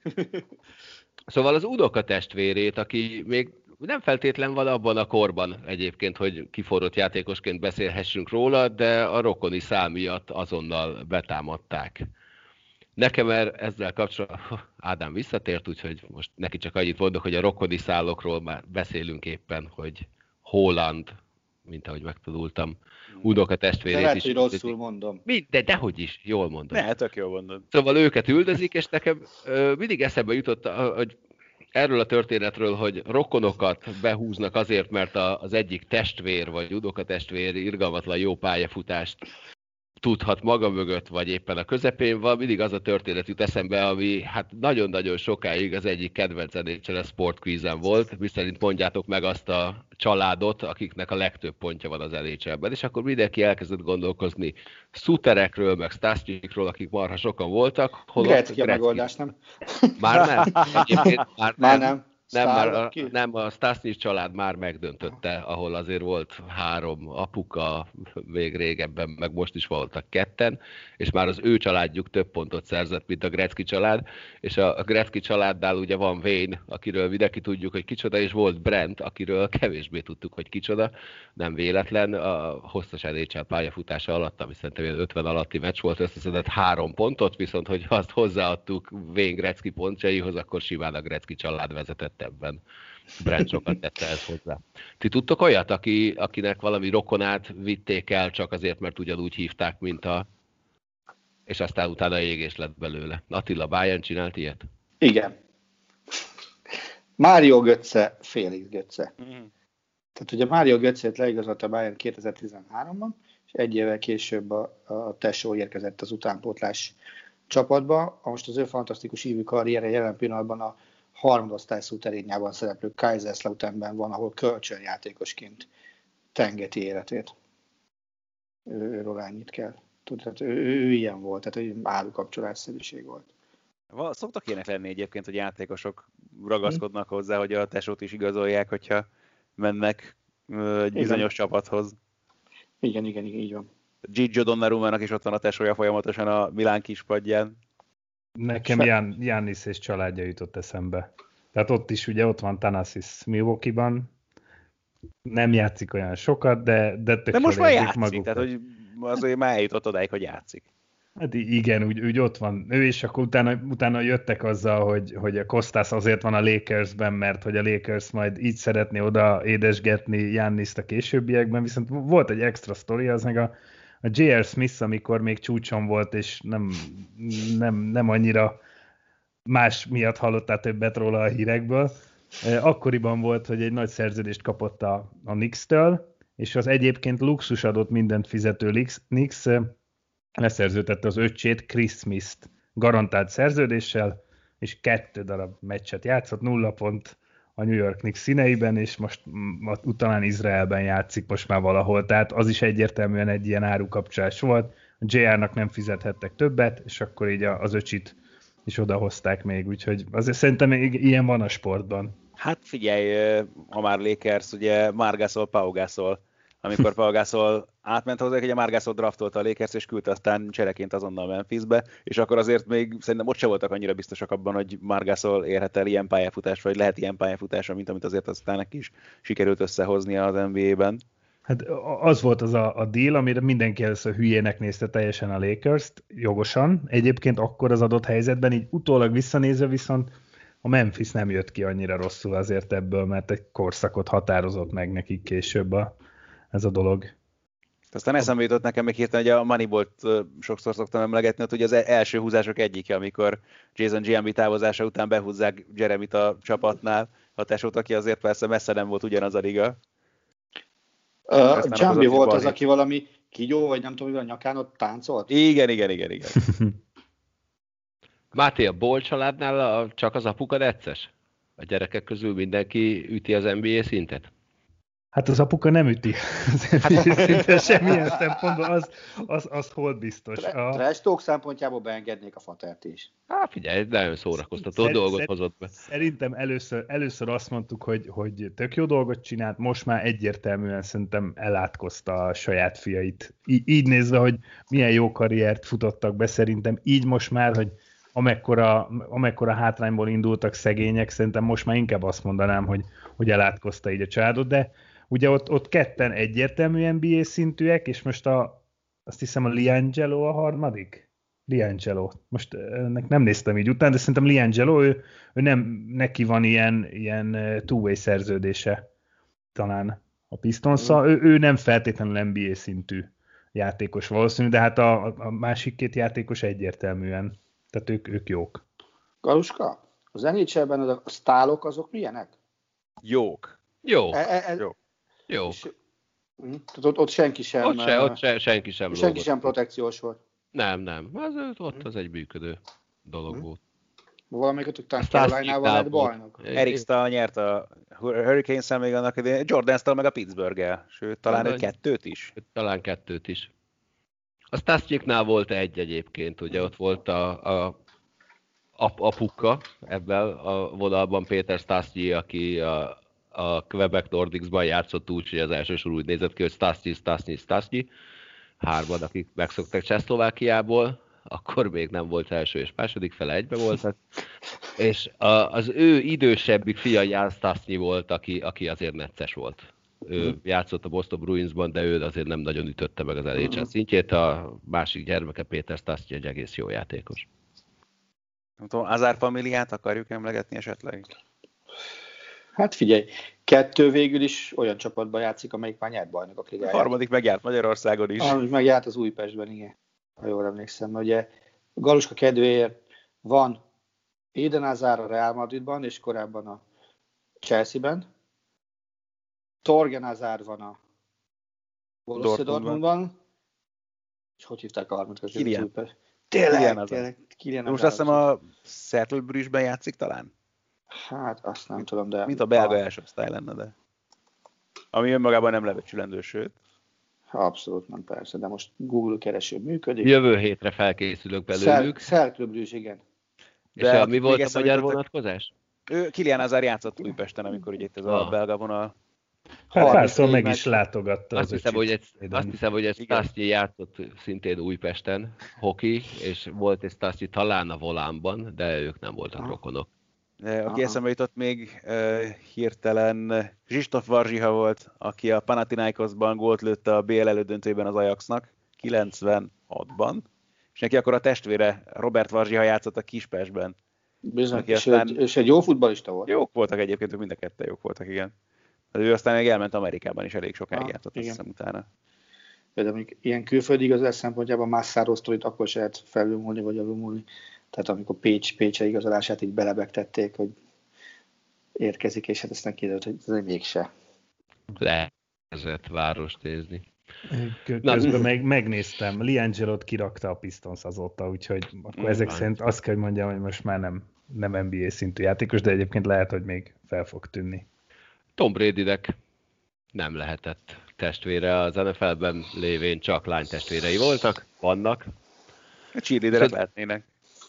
Szóval az Udoka testvérét, aki még nem feltétlen van abban a korban egyébként, hogy kiforrott játékosként beszélhessünk róla, de a rokoni szál miatt azonnal betámadták. Nekem ezzel kapcsolatban Ádám visszatért, úgyhogy most neki csak annyit mondok, hogy a rokoni szálokról már beszélünk éppen, hogy Holland, mint ahogy megtanultam, Udoka testvérét de lehet, is. hogy rosszul mondom. De dehogy is, jól mondom. Ne, tök jól mondod. Szóval őket üldözik, és nekem ö, mindig eszembe jutott, hogy erről a történetről, hogy rokonokat behúznak azért, mert az egyik testvér, vagy Udoka testvér irgalmatlan jó pályafutást tudhat maga mögött, vagy éppen a közepén van, mindig az a történet jut eszembe, ami hát nagyon-nagyon sokáig az egyik kedvenc en há el Sport Quizen volt, miszerint mondjátok meg azt a családot, akiknek a legtöbb pontja van az en há el-ben, és akkor mindenki elkezdett gondolkozni Suterekről, meg Stasnyikról, akik marha sokan voltak. Gretzky a megoldás, nem? Már nem. Egyébként már, már nem. nem. Nem, már a, nem, a Stasny család már megdöntötte, ahol azért volt három apuka, még régebben, meg most is voltak ketten, és már az ő családjuk több pontot szerzett, mint a Gretzky család, és a, a Gretzky családnál ugye van Wayne, akiről mindenki tudjuk, hogy kicsoda, és volt Brent, akiről kevésbé tudtuk, hogy kicsoda, nem véletlen, a hosszas en há el pályafutása alatt, ami szerintem ötven alatti meccs volt, összeszedett három pontot, viszont hogy azt hozzáadtuk Wayne Gretzky pontjaihoz, akkor simán a Gretzky család vezetett ebben. Brent sokat tette ezt hozzá. Ti tudtok olyat, aki, akinek valami rokonát vitték el csak azért, mert ugyanúgy hívták, mint a... és aztán utána égés lett belőle. Attila, Bayern csinált ilyet? Igen. Mário Götze, Félix Götze. Mm. Tehát ugye Mário Götzét leigazolta a Bayern kétezer-tizenháromban, és egy évvel később a, a Tesó érkezett az utánpótlás csapatba. Most az ő fantasztikus hívő karrierje jelen pillanatban a harmadosztály szuterényában szereplő Kaiserslauternben van, ahol kölcsönjátékosként tengeti életét. Őről ennyit kell. Tudod, ő, ő, ő ilyen volt, tehát ő állukapcsolásszerűség volt. Szoktak ilyenek lenni egyébként, hogy játékosok ragaszkodnak hozzá, hogy a tesót is igazolják, hogyha mennek egy bizonyos igen. csapathoz. Igen, igen, igen, így van. Gigio Donnarummának is ott van a tesója folyamatosan a Milán kispadján. Nekem Jan, Giannis és családja jutott eszembe. Tehát ott is ugye ott van Thanasis Milwaukee-ban. Nem játszik olyan sokat, de, de tök de most már játszik, magukat. tehát hogy azért már eljutott odáig, hogy játszik. Hát igen, úgy, úgy ott van ő, és akkor utána, utána jöttek azzal, hogy, hogy a Kostas azért van a Lakersben, mert hogy a Lakers majd így szeretné oda édesgetni Giannist a későbbiekben, viszont volt egy extra sztori, az meg a, a jé er. Smith, amikor még csúcson volt, és nem, nem, nem annyira más miatt hallottál többet róla a hírekből. Akkoriban volt, hogy egy nagy szerződést kapott a, a Knicks-től, és az egyébként luxusadott mindent fizető Knicks leszerződtette az öccsét, Chris Smith-t garantált szerződéssel, és kettő darab meccset játszott, nulla pont a New York Knicks színeiben, és most utána Izraelben játszik most már valahol, tehát az is egyértelműen egy ilyen árukapcsolás volt. A jé er-nak nem fizethettek többet, és akkor így az öcsit is odahozták még, úgyhogy azért szerintem ilyen van a sportban. Hát figyelj, ha már Lakers, ugye Marc Gasol, Pau Gasol, amikor Pau Gasol átment hozzá, ugye Marc Gasol draftolta a Lakers, és küldte aztán csereként azonnal Memphisbe, és akkor azért még szerintem ott se voltak annyira biztosak abban, hogy Marc Gasol érhet el ilyen pályafutás, vagy lehet ilyen pályafutása, mint amit azért aztán neki is sikerült összehoznia az en bé á-ben. Hát az volt az a, a deal, amire mindenki először hülyének nézte teljesen a Lakers-t, jogosan. Egyébként akkor az adott helyzetben, így utólag visszanézve viszont a Memphis nem jött ki annyira rosszul azért ebből, mert egy korszakot határozott meg nekik később a, ez a dolog. Aztán eszembe jutott nekem még hirtelen, hogy a Moneyball-t sokszor szoktam emlegetni, hogy az első húzások egyike, amikor Jason gé em bé távozása után behúzzák Jeremit a csapatnál, hatásult, aki azért persze messze nem volt ugyanaz a liga. Uh, Jambi volt az, aki valami kígyó, vagy nem tudom, hogy a nyakán ott táncolt? Igen, igen, igen, igen. Máté, a Ball családnál a, csak az apuka necces? A gyerekek közül mindenki üti az en bé á szintet? Hát az apuka nem üti az en bé á szinten semmilyen szempontból, az, az, az hol biztos. A trash talk szempontjából beengednék a fatert is. Hát figyelj, nagyon szórakoztató Szer- dolgot szer- hozott be. Szerintem először, először azt mondtuk, hogy, hogy tök jó dolgot csinált, most már egyértelműen szerintem elátkozta a saját fiait. Í- így nézve, hogy milyen jó karriert futottak be, szerintem így most már, hogy amekkora, amekkora hátrányból indultak szegények, szerintem most már inkább azt mondanám, hogy, hogy elátkozta így a családot, de ugye ott, ott ketten egyértelmű en bé á szintűek, és most a, azt hiszem a LiAngelo a harmadik? LiAngelo. Most ennek nem néztem így után, de szerintem LiAngelo, ő, ő nem, neki van ilyen, ilyen two-way szerződése talán a Pistonsszal. Mm. Ő, ő nem feltétlenül en bé á szintű játékos valószínű, de hát a, a másik két játékos egyértelműen. Tehát ők, ők jók. Galuska, az en há el-ben a sztálok azok milyenek? Jók. Jó. E, e, e, jó. Jó. És, tehát ott, ott senki sem... Ott, se, ott se, senki sem Senki lógott. Sem protekciós volt. Nem, nem. Az, ott az egy működő dolog hmm. volt. Valamelyiket után Caroline-nál lett bajnok. Eric Staal nyert a Hurricanes-szel még annak idején, Jordan Staal meg a Pittsburgh-el. Sőt, talán egy kettőt is. Talán kettőt is. A Stastnyiknál volt egy egyébként, ugye ott volt a, a ap, apuka ebben a vonalban, Péter Stastnyi, aki a, a Quebec Nordicsban játszott úgy, hogy az első sor úgy nézett ki, hogy Stastnyi, Stastnyi, Stastnyi. Hárman, akik megszoktak Csehszlovákiából, akkor még nem volt első és második fele, egybe voltak. És a, az ő idősebbik fia Jan Stastnyi volt, aki, aki azért necces volt. Ő hmm. játszott a Boston Bruinsban, de ő azért nem nagyon ütötte meg az en há el szintjét. A másik gyermeke, Péter Stastnyi, egy egész jó játékos. Nem tudom, Azár familiát akarjuk emlegetni esetleg? Hát figyelj, kettő végül is olyan csapatban játszik, amelyik már nyert bajnokok ligáját. A harmadik megjárt Magyarországon is. A megjárt az Újpestben, igen. Ha jól emlékszem. Ugye Galuska kedvéért van Eden Hazard a Real Madridban, és korábban a Chelsea-ben. Torgen Hazard van a Borussia Dortmundban. És hogy hívták a harmadikat? Kilian. Tényleg, tényleg. Kilian Most azt hiszem a Cercle Bruges-ben játszik talán? Hát azt nem tudom, de... Mint a belga a... első osztály lenne, de... Ami önmagában nem lebecsülendő, sőt. Abszolút nem, persze, de most Google kereső működik. Jövő hétre felkészülök belőlük. Cercle Bruges, igen. És de a, mi volt a magyar vonatkozás? Ő, Kilian Hazard játszott Újpesten, amikor ugye itt ez ah. a belga vonal. Hát párszor meg is látogatta. Azt hiszem, hogy egy, azt hiszem, hogy egy Stastnyi játszott szintén Újpesten, hoki, és volt egy Stastnyi talán a Volánban, de ők nem voltak ah. rokonok. De, aki eszembe jutott még uh, hirtelen, Zsistóf Varzsiha volt, aki a Panathinaikosban gólt lőtte a bé el elődöntőjében az Ajaxnak, kilencvenhatban, és neki akkor a testvére Robert Varzsiha játszott a Kispestben. Bizony, és, aztán... egy, és egy jó futballista volt. Jók voltak egyébként, ők mind a ketten jók voltak, igen. Ő aztán még elment Amerikában is, elég sokáig ah, játszott, azt hiszem utána. De mondjuk ilyen külföldi igazás szempontjában Massaro sztorit akkor se lehet felülmúlni, vagy alulmúlni. Tehát amikor Pécs, Pécse igazolását így belebegtették, hogy érkezik, és hát aztán kiderült, hogy ez mégse. Lehetett várost nézni. Közben meg, megnéztem, Liangelot kirakta a Pistons azóta, úgyhogy akkor mm, ezek szerint azt kell, hogy mondjam, hogy most már nem, nem en bé á szintű játékos, de egyébként lehet, hogy még fel fog tűnni. Tom Bradynek nem lehetett testvére, az en ef el-ben lévén csak lánytestvérei voltak, vannak. A cheerleaderek lehetnének.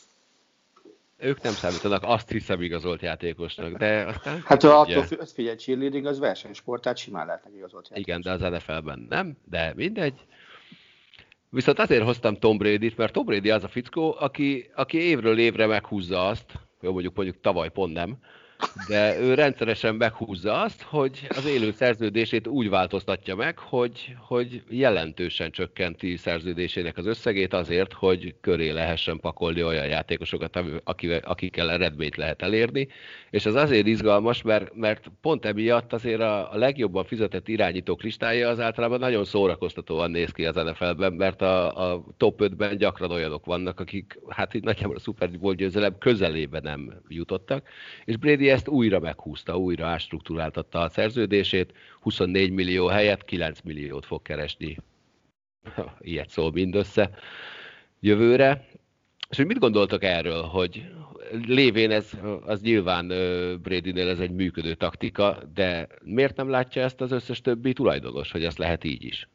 Ők nem számítanak, azt hiszem igazolt játékosnak, de aztán... Hát attól függ, figyelj, cheerleading az versenysport, tehát simán lehetnek igazolt játékosnak. Igen, de az en ef el-ben nem, de mindegy. Viszont azért hoztam Tom Bradyt, mert Tom Brady az a fickó, aki, aki évről évre meghúzza azt, jó, mondjuk mondjuk tavaly pont nem, de ő rendszeresen meghúzza azt, hogy az élő szerződését úgy változtatja meg, hogy, hogy jelentősen csökkenti szerződésének az összegét azért, hogy köré lehessen pakolni olyan játékosokat, akivel, akikkel eredményt lehet elérni. És ez azért izgalmas, mert, mert pont emiatt azért a, a legjobban fizetett irányítók listája az általában nagyon szórakoztatóan néz ki az en ef el-ben, mert a, a top ötben gyakran olyanok vannak, akik hát így nagyjából a Super Bowl győzelem közelébe nem jutottak. És Brady ezt újra meghúzta, újra átstruktúráltatta a szerződését, huszonnégy millió helyett kilenc milliót fog keresni. Ilyet szól mindössze jövőre. És hogy mit gondoltok erről, hogy lévén ez, az nyilván Bradynél ez egy működő taktika, de miért nem látja ezt az összes többi tulajdonos, hogy ezt lehet így is?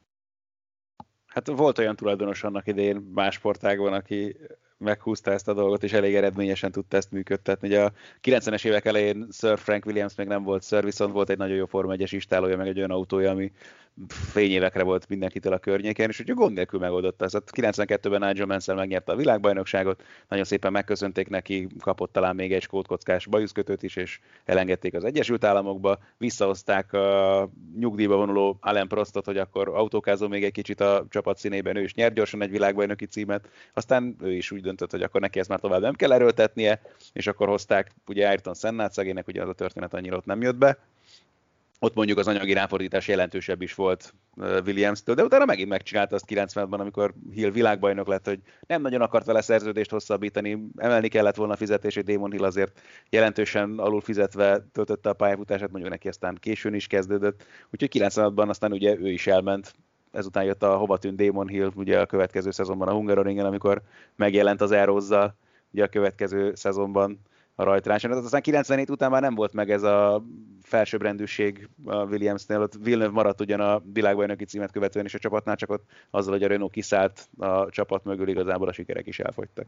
Hát volt olyan tulajdonos annak idején más sportágban, aki meghúzta ezt a dolgot, és elég eredményesen tudta ezt működtetni. Ugye a kilencvenes évek elején Sir Frank Williams még nem volt Sir, viszont volt egy nagyon jó Forma egyes istálója, meg egy olyan autója, ami fényévekre volt mindenkitől a környéken, és ugye gond nélkül megoldotta ezt. kilencvenkettőben Nigel Mansell megnyerte a világbajnokságot, nagyon szépen megköszönték neki, kapott talán még egy skótkockás bajuszkötőt is, és elengedték az Egyesült Államokba, visszahozták a nyugdíjba vonuló Alain Prostot, hogy akkor autókázó még egy kicsit a csapat színében, ő is nyert gyorsan egy világbajnoki címet, aztán ő is úgy döntött, hogy akkor neki ezt már tovább nem kell erőltetnie, és akkor hozták ugye Ayrton Sennát, szegénynek ugye az a történet annyira ott nem jött be. Ott mondjuk az anyagi ráfordítás jelentősebb is volt Williams-től, de utána megint megcsinálta azt kilencvenben, amikor Hill világbajnok lett, hogy nem nagyon akart vele szerződést hosszabbítani, emelni kellett volna a fizetését, Damon Hill azért jelentősen alul fizetve töltötte a pályafutását, mondjuk neki aztán későn is kezdődött, úgyhogy kilencvenhatban aztán ugye ő is elment, ezután jött a hova tűnt Damon Hill, ugye a következő szezonban a Hungaroringen, amikor megjelent az Aerozzal, ugye a következő szezonban a rajtráson. Aztán kilencvenhét után már nem volt meg ez a felsőbbrendűség a Williamsnél, ott Villeneuve maradt ugyan a világbajnoki címet követően is a csapatnál, csak ott azzal, hogy a Renault kiszállt a csapat mögül, igazából a sikerek is elfogytak.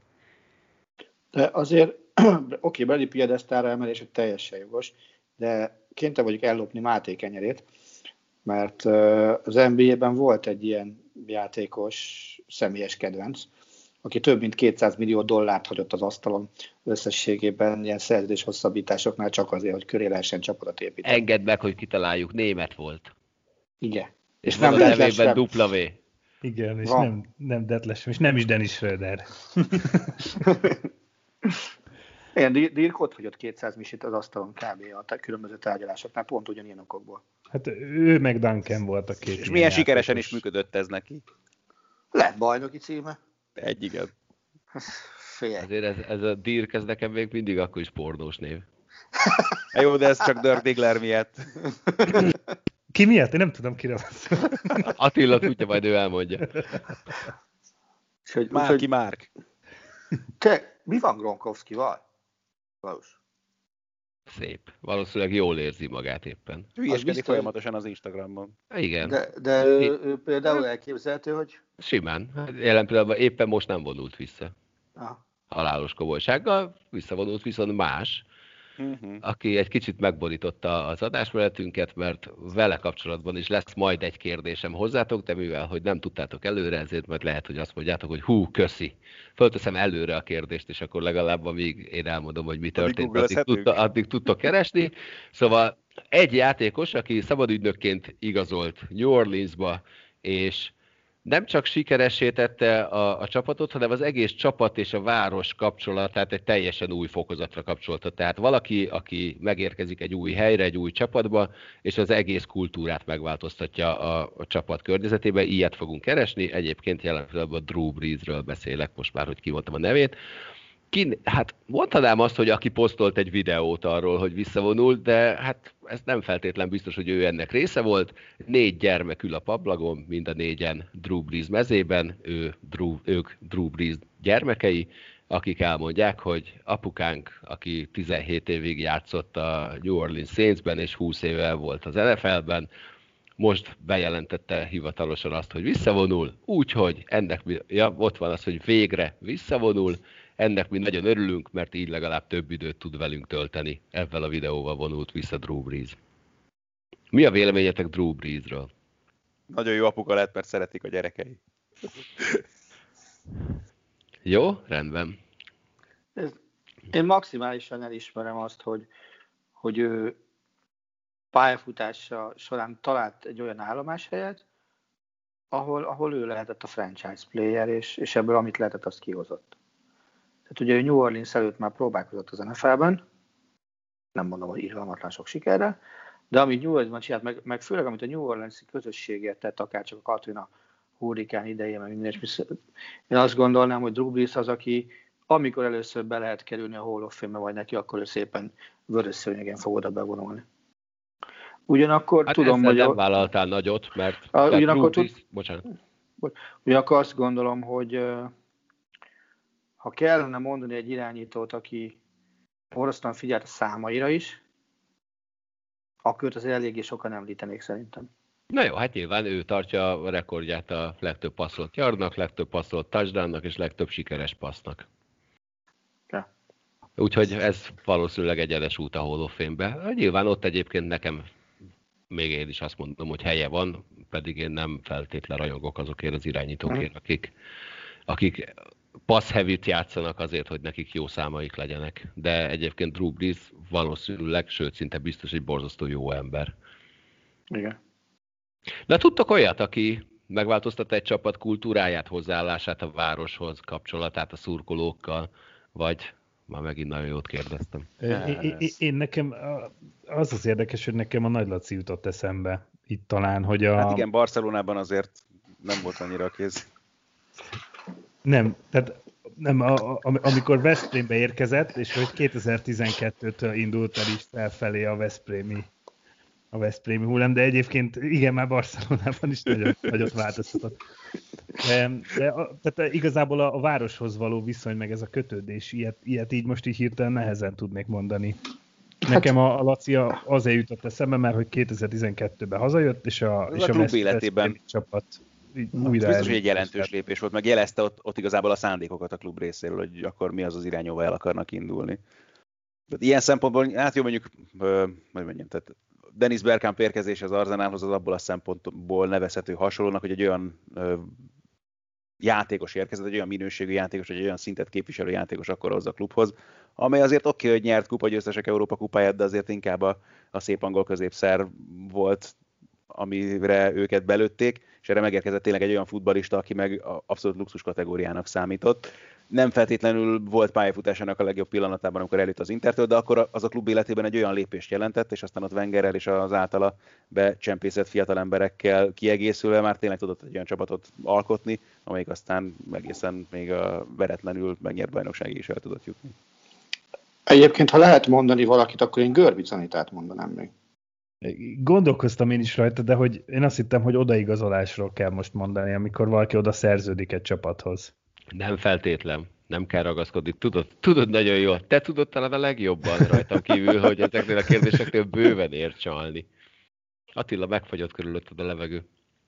De azért, oké, okay, Brady piedesztára emelése teljesen jogos, de kénytelen vagyok ellopni Máté kenyerét, mert az en bé á-ben volt egy ilyen játékos személyes kedvenc, aki több mint kétszáz millió dollárt hagyott az asztalon összességében ilyen szerződés hosszabbításoknál csak azért, hogy köré lehessen csapatot építeni. Engedd meg, hogy kitaláljuk, német volt. Igen. És, és nem a nevében dupla V. Igen, és van. nem, nem Detlef, és nem is Dennis Schröder. Igen, Dirk ott hagyott kétszáz misit az asztalon kb. A különböző tárgyalásoknál, pont ugyanilyen okokból. Hát ő meg Duncan volt a két. És milyen sikeresen is működött ez neki? Lett bajnoki címe. Egy, igen. Azért ez, ez a Dirk, ez nekem még mindig akkor is pornós név. Jó, de ez csak Dirk Diggler miatt. Ki miatt? Én nem tudom, kire van szó. Attila tudja, majd ő elmondja. Márki Márk. Te, mi van Gronkowskival? Valós. Szép. Valószínűleg jól érzi magát éppen. Hülyeskedik folyamatosan az Instagramon. Igen. De, de ő, ő például elképzelhető, hogy... Simán. Jelen pillanatban éppen most nem vonult vissza. Aha. Halálos komolysággal, visszavonult viszont más, uh-huh. aki egy kicsit megborította az adásmenetünket, mert vele kapcsolatban is lesz majd egy kérdésem hozzátok, de mivel, hogy nem tudtátok előre, ezért majd lehet, hogy azt mondjátok, hogy hú, köszi. Fölteszem előre a kérdést, és akkor legalább amíg én elmondom, hogy mi történt, addig, tudta, addig tudtok keresni. Szóval egy játékos, aki szabadügynökként igazolt New Orleansba, és nem csak sikeressé tette a, a csapatot, hanem az egész csapat és a város kapcsolatát egy teljesen új fokozatra kapcsolta. Tehát valaki, aki megérkezik egy új helyre, egy új csapatba, és az egész kultúrát megváltoztatja a, a csapat környezetében. Ilyet fogunk keresni. Egyébként jelen pillanatban Drew Breesről beszélek, most már, hogy kimondtam a nevét. Ki, hát mondhatnám azt, hogy aki posztolt egy videót arról, hogy visszavonult, de hát ez nem feltétlen biztos, hogy ő ennek része volt. Négy gyermek ül a padlagon, mind a négyen Drew Brees mezében, ő, Drew, ők Drew Brees gyermekei, akik elmondják, hogy apukánk, aki tizenhét évig játszott a New Orleans Saintsben, és húsz éve volt az en ef el-ben, most bejelentette hivatalosan azt, hogy visszavonul, úgyhogy ennek, ja, ott van az, hogy végre visszavonul, ennek mi nagyon örülünk, mert így legalább több időt tud velünk tölteni. Ezzel a videóval vonult vissza Drew Brees. Mi a véleményetek Drew Breesről? Nagyon jó apuka lett, mert szeretik a gyerekei. Jó, rendben. Ez, én maximálisan elismerem azt, hogy, hogy ő pályafutása során talált egy olyan állomáshelyet, ahol, ahol ő lehetett a franchise player, és, és ebből amit lehetett, azt kihozott. Tehát ugye New Orleans előtt már próbálkozott az en ef el-ben, nem mondom, hogy irgalmatlan sok sikerrel, de amit New Orleans-ban csinált, meg, meg főleg amit a New Orleans-i közösségért tett, akár csak a Katrina hurrikán idején, meg minden, és én azt gondolnám, hogy Drew Brees az, aki amikor először be lehet kerülni a Hall of Fame-be, vagy neki, akkor ő szépen vörös szőnyegen fog oda bevonulni. Ugyanakkor hát tudom, hogy... nem vállaltál nagyot, mert... A, ugyanakkor, tud, Brees, bocsánat. ugyanakkor azt gondolom, hogy ha kellene mondani egy irányítót, aki oroszlán figyelt a számaira is, akkor az eléggé sokan említenék szerintem. Na jó, hát nyilván ő tartja a rekordját a legtöbb passzolt yardnak, legtöbb passzolt touchdownnak és legtöbb sikeres passznak. Ja. Úgyhogy ez valószínűleg egyenes út a Hall of Fame-be. Nyilván ott egyébként nekem még én is azt mondom, hogy helye van, pedig én nem feltétlen rajongok azokért az irányítókért, akik, akik pass heavy-t játszanak azért, hogy nekik jó számaik legyenek. De egyébként Drew Brees valószínűleg, sőt szinte biztos, hogy borzasztó jó ember. Igen. De tudtok olyat, aki megváltoztatta egy csapat kultúráját, hozzáállását a városhoz, kapcsolatát a szurkolókkal, vagy már megint nagyon jót kérdeztem. Én, én, én nekem az az érdekes, hogy nekem a Nagy Laci jutott eszembe itt talán, hogy a... Hát igen, Barcelonában azért nem volt annyira a kéz. Nem, tehát nem, a, a, amikor Veszprémbe érkezett, és hogy kétezer-tizenkettőtől indult el is felfelé a Veszprémi a Veszprémi hullám, de egyébként igen, már Barcelonában is nagyon nagyot változtatott. De, de a, tehát igazából a, a városhoz való viszony, meg ez a kötődés, ilyet, ilyet így most így hirtelen nehezen tudnék mondani. Nekem a, a Laci azért jutott eszembe, mert hogy kétezer-tizenkettőben hazajött, és a, és a, a klub életében csapat újra biztos, hogy egy jelentős lépés volt, meg jelezte ott, ott igazából a szándékokat a klub részéről, hogy akkor mi az az irány, ahova el akarnak indulni. Tehát ilyen szempontból, hát jó mondjuk, hogy mondjam, tehát Dennis Bergkamp érkezése az Arsenalhoz az abból a szempontból nevezhető hasonlónak, hogy egy olyan ö, játékos érkezett, egy olyan minőségű játékos, vagy egy olyan szintet képviselő játékos akkor hozzá a klubhoz, amely azért oké, okay, hogy nyert kupagyőztesek Európa kupáját, de azért inkább a, a szép angol középszer volt, amire őket belőtték, és erre megérkezett tényleg egy olyan futballista, aki meg abszolút luxus kategóriának számított. Nem feltétlenül volt pályafutásának a legjobb pillanatában, amikor eljött az Intertől, de akkor az a klub életében egy olyan lépést jelentett, és aztán ott Wengerrel és az általa becsempészett fiatal emberekkel kiegészülve már tényleg tudott egy olyan csapatot alkotni, amelyik aztán egészen még a veretlenül megnyert bajnokságig is el tudott jutni. Egyébként, ha lehet mondani valakit, akkor én Görbic Anitát mondanám még. Gondolkoztam én is rajta, de hogy én azt hittem, hogy odaigazolásról kell most mondani, amikor valaki oda szerződik egy csapathoz. Nem feltétlen. Nem kell ragaszkodni. Tudod, tudod nagyon jól. Te tudod talán a legjobban rajtam kívül, hogy ezeknél a kérdéseknél bőven ér csalni. Attila, megfagyott körülötted a levegő.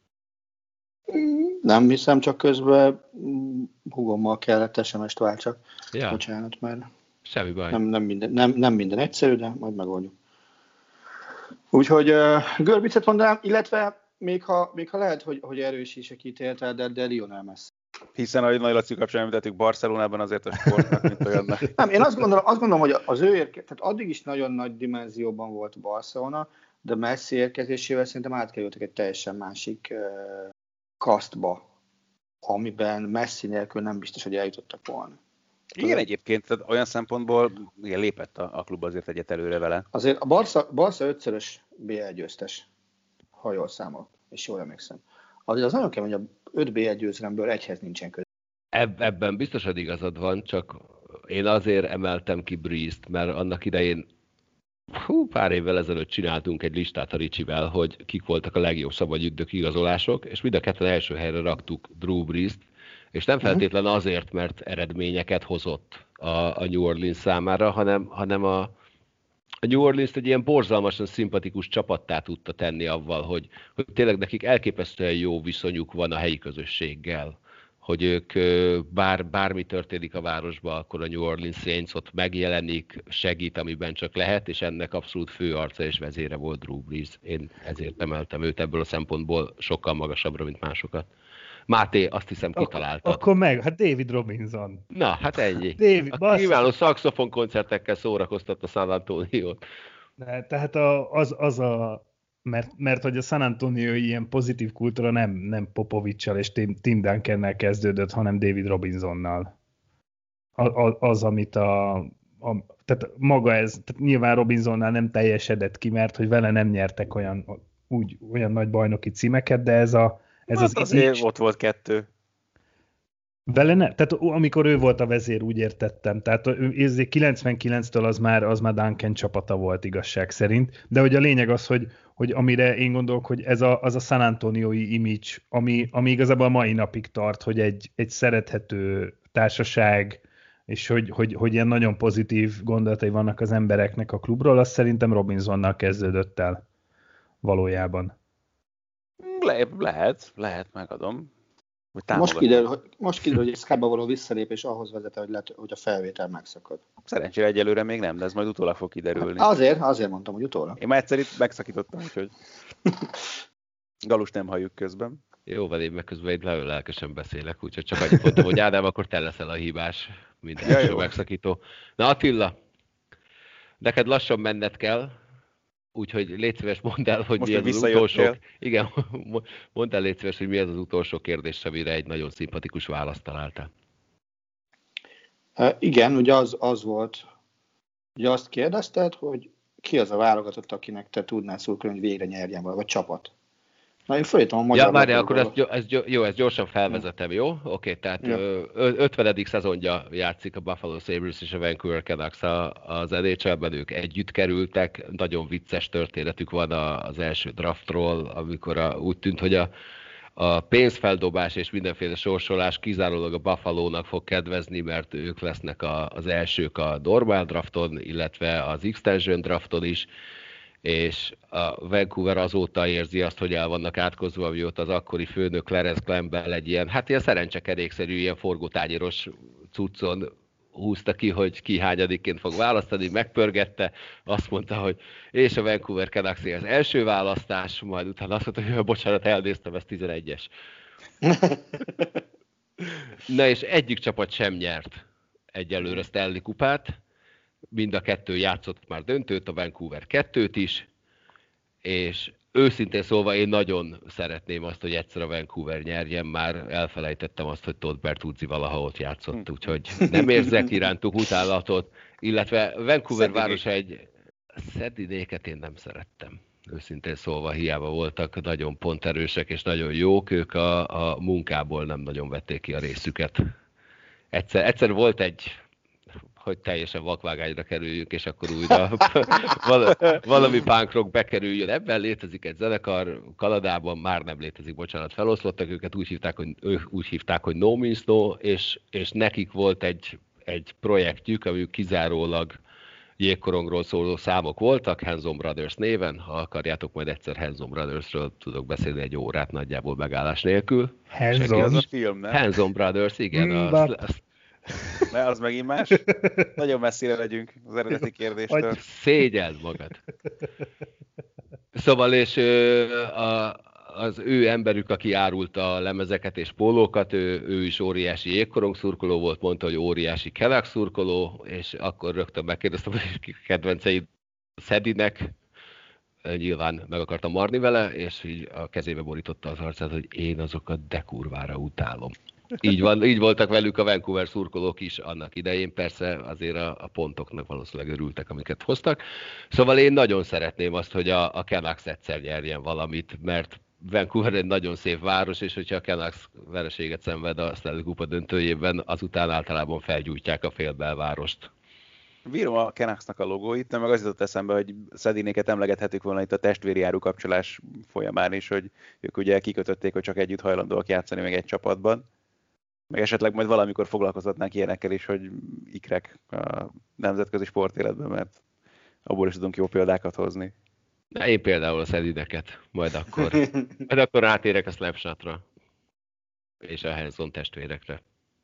Nem hiszem, csak közben hugommal kellett es em es-t váltsak. Ja. Bocsánat, mert semmi baj. Nem, nem, minden, nem, nem minden egyszerű, de majd megoldjuk. Úgyhogy uh, Görbicet mondanám, illetve még ha, még ha lehet, hogy, hogy erősítsek ítéletel, de, de Lionel Messi. Hiszen, ahogy Nagy Laci kapcsán említettük, Barcelonában azért a sportnak, mint olyannak. Nem, én azt gondolom, azt gondolom, hogy az ő érke, tehát addig is nagyon nagy dimenzióban volt Barcelona, de Messi érkezésével szerintem átkerültek egy teljesen másik uh, kasztba, amiben Messi nélkül nem biztos, hogy eljutottak volna. Igen, egyébként tehát olyan szempontból igen, lépett a, a klub azért egyet előre vele. Azért a Barca, Barca ötszörös bé el győztes, ha jól számol, és jól emlékszem. Azért az nagyon kemény, hogy a öt bé el győzelemből egyhez nincsen köze. Eb- ebben biztos, hogy igazad van, csak én azért emeltem ki Breeze-t, mert annak idején hú, pár évvel ezelőtt csináltunk egy listát a Ricsivel, hogy kik voltak a legjobb szabadügynök igazolások, és mind a ketten első helyre raktuk Drew Brees-t, és nem feltétlen azért, mert eredményeket hozott a, a New Orleans számára, hanem, hanem a, a New Orleans-t egy ilyen borzalmasan szimpatikus csapattá tudta tenni avval, hogy, hogy tényleg nekik elképesztően jó viszonyuk van a helyi közösséggel, hogy ők bár, bármi történik a városban, akkor a New Orleans Saints ott megjelenik, segít, amiben csak lehet, és ennek abszolút fő arca és vezére volt Drew Brees. Én ezért emeltem őt ebből a szempontból sokkal magasabbra, mint másokat. Máté, azt hiszem kitaláltad. Ak- akkor meg, hát David Robinson. Na, hát ennyi. David, a kiváló szaxofon koncertekkel szórakoztatta San Antoniót. Tehát a, az, az a Mert, mert hogy a San Antonio ilyen pozitív kultúra nem, nem Popovic-sal és Tim, Tim Duncannel kezdődött, hanem David Robinsonnal. A, a, az, amit a, a... Tehát maga ez, tehát nyilván Robinsonnál nem teljesedett ki, mert hogy vele nem nyertek olyan, úgy, olyan nagy bajnoki címeket, de ez, a, ez hát az... azért ott volt kettő. Vele ne, tehát amikor ő volt a vezér, úgy értettem. Tehát kilencvenkilenctől az már, az már Duncan csapata volt igazság szerint. De hogy a lényeg az, hogy, hogy amire én gondolok, hogy ez a, az a San Antoniói image, ami, ami igazából a mai napig tart, hogy egy, egy szerethető társaság, és hogy, hogy, hogy ilyen nagyon pozitív gondolatai vannak az embereknek a klubról, az szerintem Robinsonnal kezdődött el valójában. Le, lehet, lehet, megadom. Most kiderül, hogy, most kiderül, hogy egy Skype-ba való visszalépés ahhoz vezet, hogy, lehet, hogy a felvétel megszakad. Szerencsére egyelőre még nem, de ez majd utólag fog kiderülni. Hát azért, azért mondtam, hogy utólag. Én már egyszer itt megszakítottam, úgyhogy Galus nem halljuk közben. Jó, van, én meg közben egy nagyon lelkesen beszélek, úgyhogy csak annyit mondtam, hogy Ádám, akkor te leszel a hibás, mint ja, első megszakító. Na Attila, neked lassan menned kell, úgyhogy légy szíves, mondd el, hogy most mi az, az utolsó... Igen, mondd el, légy szíves, hogy mi az az utolsó kérdés, amire egy nagyon szimpatikus választ találtál. Uh, igen, ugye az, az volt, ugye azt kérdezted, hogy ki az a válogatott, akinek te tudnál szurkolni, hogy végre nyerjen vala, vagy csapat. Na, én fölítom a magyar... Ja, várjál, akkor ezt, ez, jó, ezt gyorsan felvezetem, jó? Oké, okay, tehát ja. ötvenedik szezonja játszik a Buffalo Sabres és a Vancouver Canucks az en há el-ben, ők együtt kerültek, nagyon vicces történetük van az első draftról, amikor a, úgy tűnt, hogy a, a pénzfeldobás és mindenféle sorsolás kizárólag a Buffalo-nak fog kedvezni, mert ők lesznek a, az elsők a normál drafton, illetve az extension drafton is, és a Vancouver azóta érzi azt, hogy el vannak átkozva, mióta az akkori főnök Clarence Campbell egy ilyen, hát ilyen szerencsekerékszerű, ilyen forgótányéros cuccon húzta ki, hogy ki hányadikként fog választani, megpörgette, azt mondta, hogy és a Vancouver Canucks az első választás, majd utána azt mondta, hogy bocsánat, elnéztem, ez tizenegyes. Na és egyik csapat sem nyert egyelőre Stanley kupát, mind a kettő játszott már döntőt, a Vancouver kettőt is, és őszintén szólva én nagyon szeretném azt, hogy egyszer a Vancouver nyerjen, már elfelejtettem azt, hogy Todd Bertuzzi valaha ott játszott, úgyhogy nem érzek irántuk utálatot, illetve Vancouver város egy Szedinéket én nem szerettem. Őszintén szólva hiába voltak nagyon ponterősek és nagyon jók, ők a, a munkából nem nagyon vették ki a részüket. Egyszer, egyszer volt egy hogy teljesen vakvágányra kerüljünk, és akkor újra valami punk rock bekerüljön. Ebben létezik egy zenekar, Kanadában már nem létezik, bocsánat, feloszlottak őket, úgy hívták, hogy, ők úgy hívták, hogy No Means No, és, és nekik volt egy, egy projektjük, amik kizárólag jégkorongról szóló számok voltak, Hanson Brothers néven, ha akarjátok, majd egyszer Hanson Brothersről tudok beszélni egy órát nagyjából megállás nélkül. Hanson? Az a film, nem? Hanson Brothers, igen. Mm, az, az, Ne, az megint más. Nagyon messzire legyünk az eredeti kérdéstől. Szégyeld magad. Szóval, és a, az ő emberük, aki árulta a lemezeket és pólókat, ő, ő is óriási jégkorong szurkoló volt, mondta, hogy óriási Canucks szurkoló, és akkor rögtön megkérdeztem, hogy ki kedvenceid Szedinek. Nyilván meg akartam marni vele, és így a kezébe borította az arcát, hogy én azokat de kurvára utálom. Így, van, így voltak velük a Vancouver szurkolók is annak idején, persze azért a, a pontoknak valószínűleg örültek, amiket hoztak. Szóval én nagyon szeretném azt, hogy a, a Canucks egyszer nyerjen valamit, mert Vancouver egy nagyon szép város, és hogyha a Canucks vereséget szenved a Stanley Kupa döntőjében, azután általában felgyújtják a félbelvárost. Bírom a Canucksnak a logóit, de meg az jutott eszembe, hogy Szedinéket emlegethetük volna itt a testvéri árukapcsolás folyamán is, hogy ők ugye kikötötték, hogy csak együtt hajlandóak játszani meg egy csapatban. Meg esetleg majd valamikor foglalkozhatnánk ilyenekkel is, hogy ikrek a nemzetközi sportéletben, mert abból is tudunk jó példákat hozni. Na, én például a Szedineket, majd akkor, majd akkor átérek a Slapshot-ra és a Hanson testvérekre.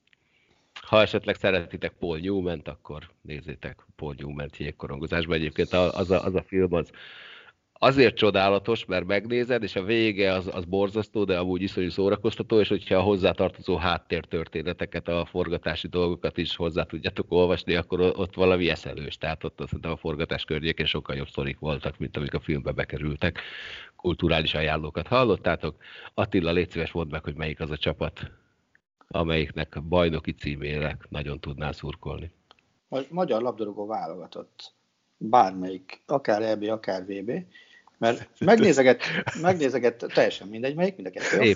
Ha esetleg szeretitek Paul Newman-t, akkor nézzétek Paul Newman-t jégkorongozásban. Egyébként az a, az a film az azért csodálatos, mert megnézed, és a vége az, az borzasztó, de amúgy iszonyú szórakoztató, és hogyha a hozzátartozó háttértörténeteket, a forgatási dolgokat is hozzá tudjátok olvasni, akkor ott valami eszelős. Tehát ott a forgatás környékén sokkal jobb sztorik voltak, mint amik a filmbe bekerültek. Kulturális ajánlókat hallottátok. Attila, légy szíves, mondd meg, hogy melyik az a csapat, amelyiknek bajnoki címére nagyon tudnál szurkolni. A magyar labdarúgó válogatott. Bármelyik, akár é bé, akár vé bé, mert megnézeget, megnézeget teljesen mindegy, melyik, mind a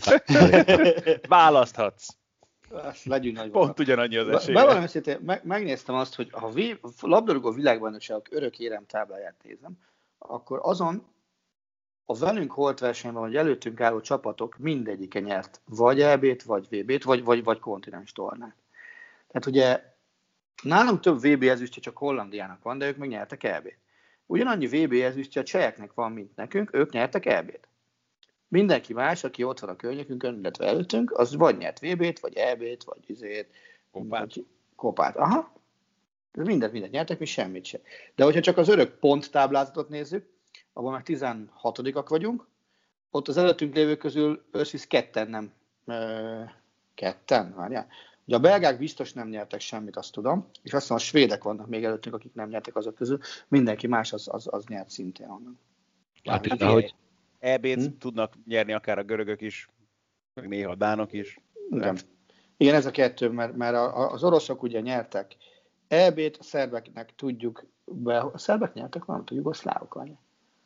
kettő. Választhatsz. Legyünk nagy Pont ugyanannyi az esélye. Bevallom őszintén, meg, megnéztem azt, hogy ha a labdarúgó világbajnokságok örök érem tábláját nézem, akkor azon a velünk holt versenyben, vagy előttünk álló csapatok mindegyike nyert vagy é bét, vagy vé bét, vagy, vagy, vagy kontinens tornát. Tehát ugye nálunk több vé bé ezüstje csak Hollandiának van, de ők meg nyertek é bét. Ugyanannyi vé bé ezüstje a cseheknek van, mint nekünk, ők nyertek é bét. Mindenki más, aki ott van a környékünkön, illetve előttünk, az vagy nyert vé bét, vagy é bét, vagy izét, Kopát. Vagy kopát. Aha. Mindent, mindent nyertek, mi semmit se. De hogyha csak az örök ponttáblázatot nézzük, abban már tizenhatodikak vagyunk, ott az előttünk lévők közül összvisz ketten nem. Ö, ketten, várjál. Ugye a belgák biztos nem nyertek semmit, azt tudom, és azt hiszem a svédek vannak még előttünk, akik nem nyertek azok közül, mindenki más az, az, az nyert szintén onnan. Hát, Hát, ahogy... é bét Hm? tudnak nyerni akár a görögök is, meg néha a dánok is. Igen. Igen, ez a kettő, mert, mert az oroszok ugye nyertek é bét, a szerbeknek tudjuk, be, a szerbek nyertek valamit, a jugoszlávok vagy.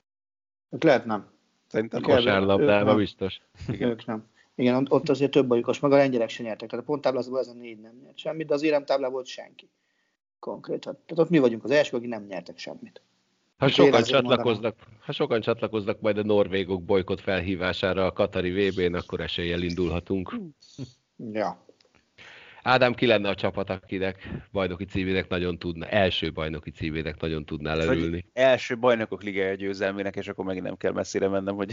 Ők lehet nem. Szerintem Kosárlabdában biztos. Igen. Ők nem. Igen, ott azért több a lyukos, meg a lengyelek se nyertek. Tehát a ponttáblázatban ez a négy nem nyert semmit, de az éremtáblában volt senki. Konkrétan. Tehát ott mi vagyunk az első, akik nem nyertek semmit. Ha sokan, csatlakoznak, ha sokan csatlakoznak majd a norvégok bolykott felhívására a katari vé bén, akkor eséllyel indulhatunk. Ja. Ádám, ki lenne a csapat, akinek bajnoki címének nagyon tudna, első bajnoki címének nagyon tudná leülni? Első bajnokok ligája győzelmének, és akkor megint nem kell messzire mennem, hogy,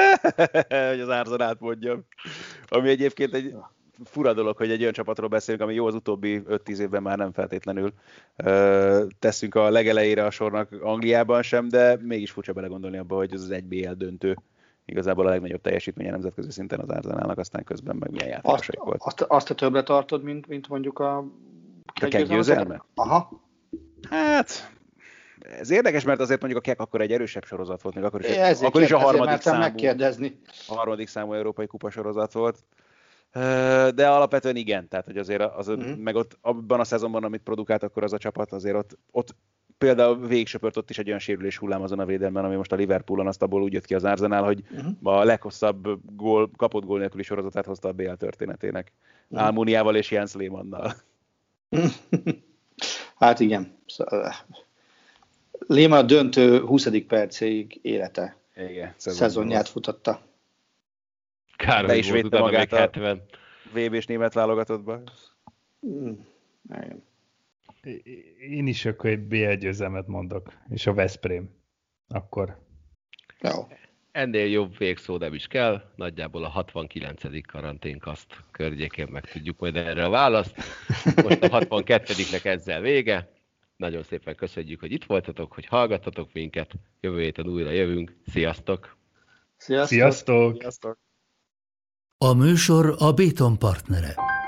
hogy az Árzanát mondjam. Ami egyébként egy fura dolog, hogy egy olyan csapatról beszélünk, ami jó az utóbbi öt-tíz évben már nem feltétlenül ö, teszünk a legelejére a sornak Angliában sem, de mégis furcsa belegondolni abba, hogy ez az egy bé el döntő igazából a legnagyobb teljesítménye nemzetközi szinten az Arsenalnak, aztán közben meg milyen játékosaik volt. Azt, azt a többre tartod, mint, mint mondjuk a... A kek győzelme? Aha. Hát, ez érdekes, mert azért mondjuk a kek akkor egy erősebb sorozat volt, még akkor is, ezért akkor is a harmadik számú, megkérdezni. A harmadik számú európai kupa sorozat volt. De alapvetően igen, tehát hogy azért az, uh-huh. meg ott abban a szezonban, amit produkált akkor az a csapat, azért ott, ott például végigsöpört ott is egy olyan sérülés hullám azon a védelmen, ami most a Liverpoolon, azt abból úgy jött ki az Arsenal, hogy uh-huh. a leghosszabb gól, kapott gól nélküli sorozatát hozta a bé el történetének. Uh-huh. Almuniával és Jens Lehmannnal. Hát igen. Lehmann a döntő huszadik percéig élete igen, szezonját futatta. Kár, be is védte magát a vé bés német válogatottba. Mm. Én is akkor egy bé el győzelmet mondok, és a Veszprém. Akkor. Jó. Ennél jobb végszó nem is kell, nagyjából a hatvankilencedik karanténkaszt környékén meg tudjuk majd erre a választ. Most a hatvankettediknek ezzel vége. Nagyon szépen köszönjük, hogy itt voltatok, hogy hallgattatok minket. Jövő héten újra jövünk. Sziasztok! Sziasztok! Sziasztok! Sziasztok. A műsor a Béton partnere.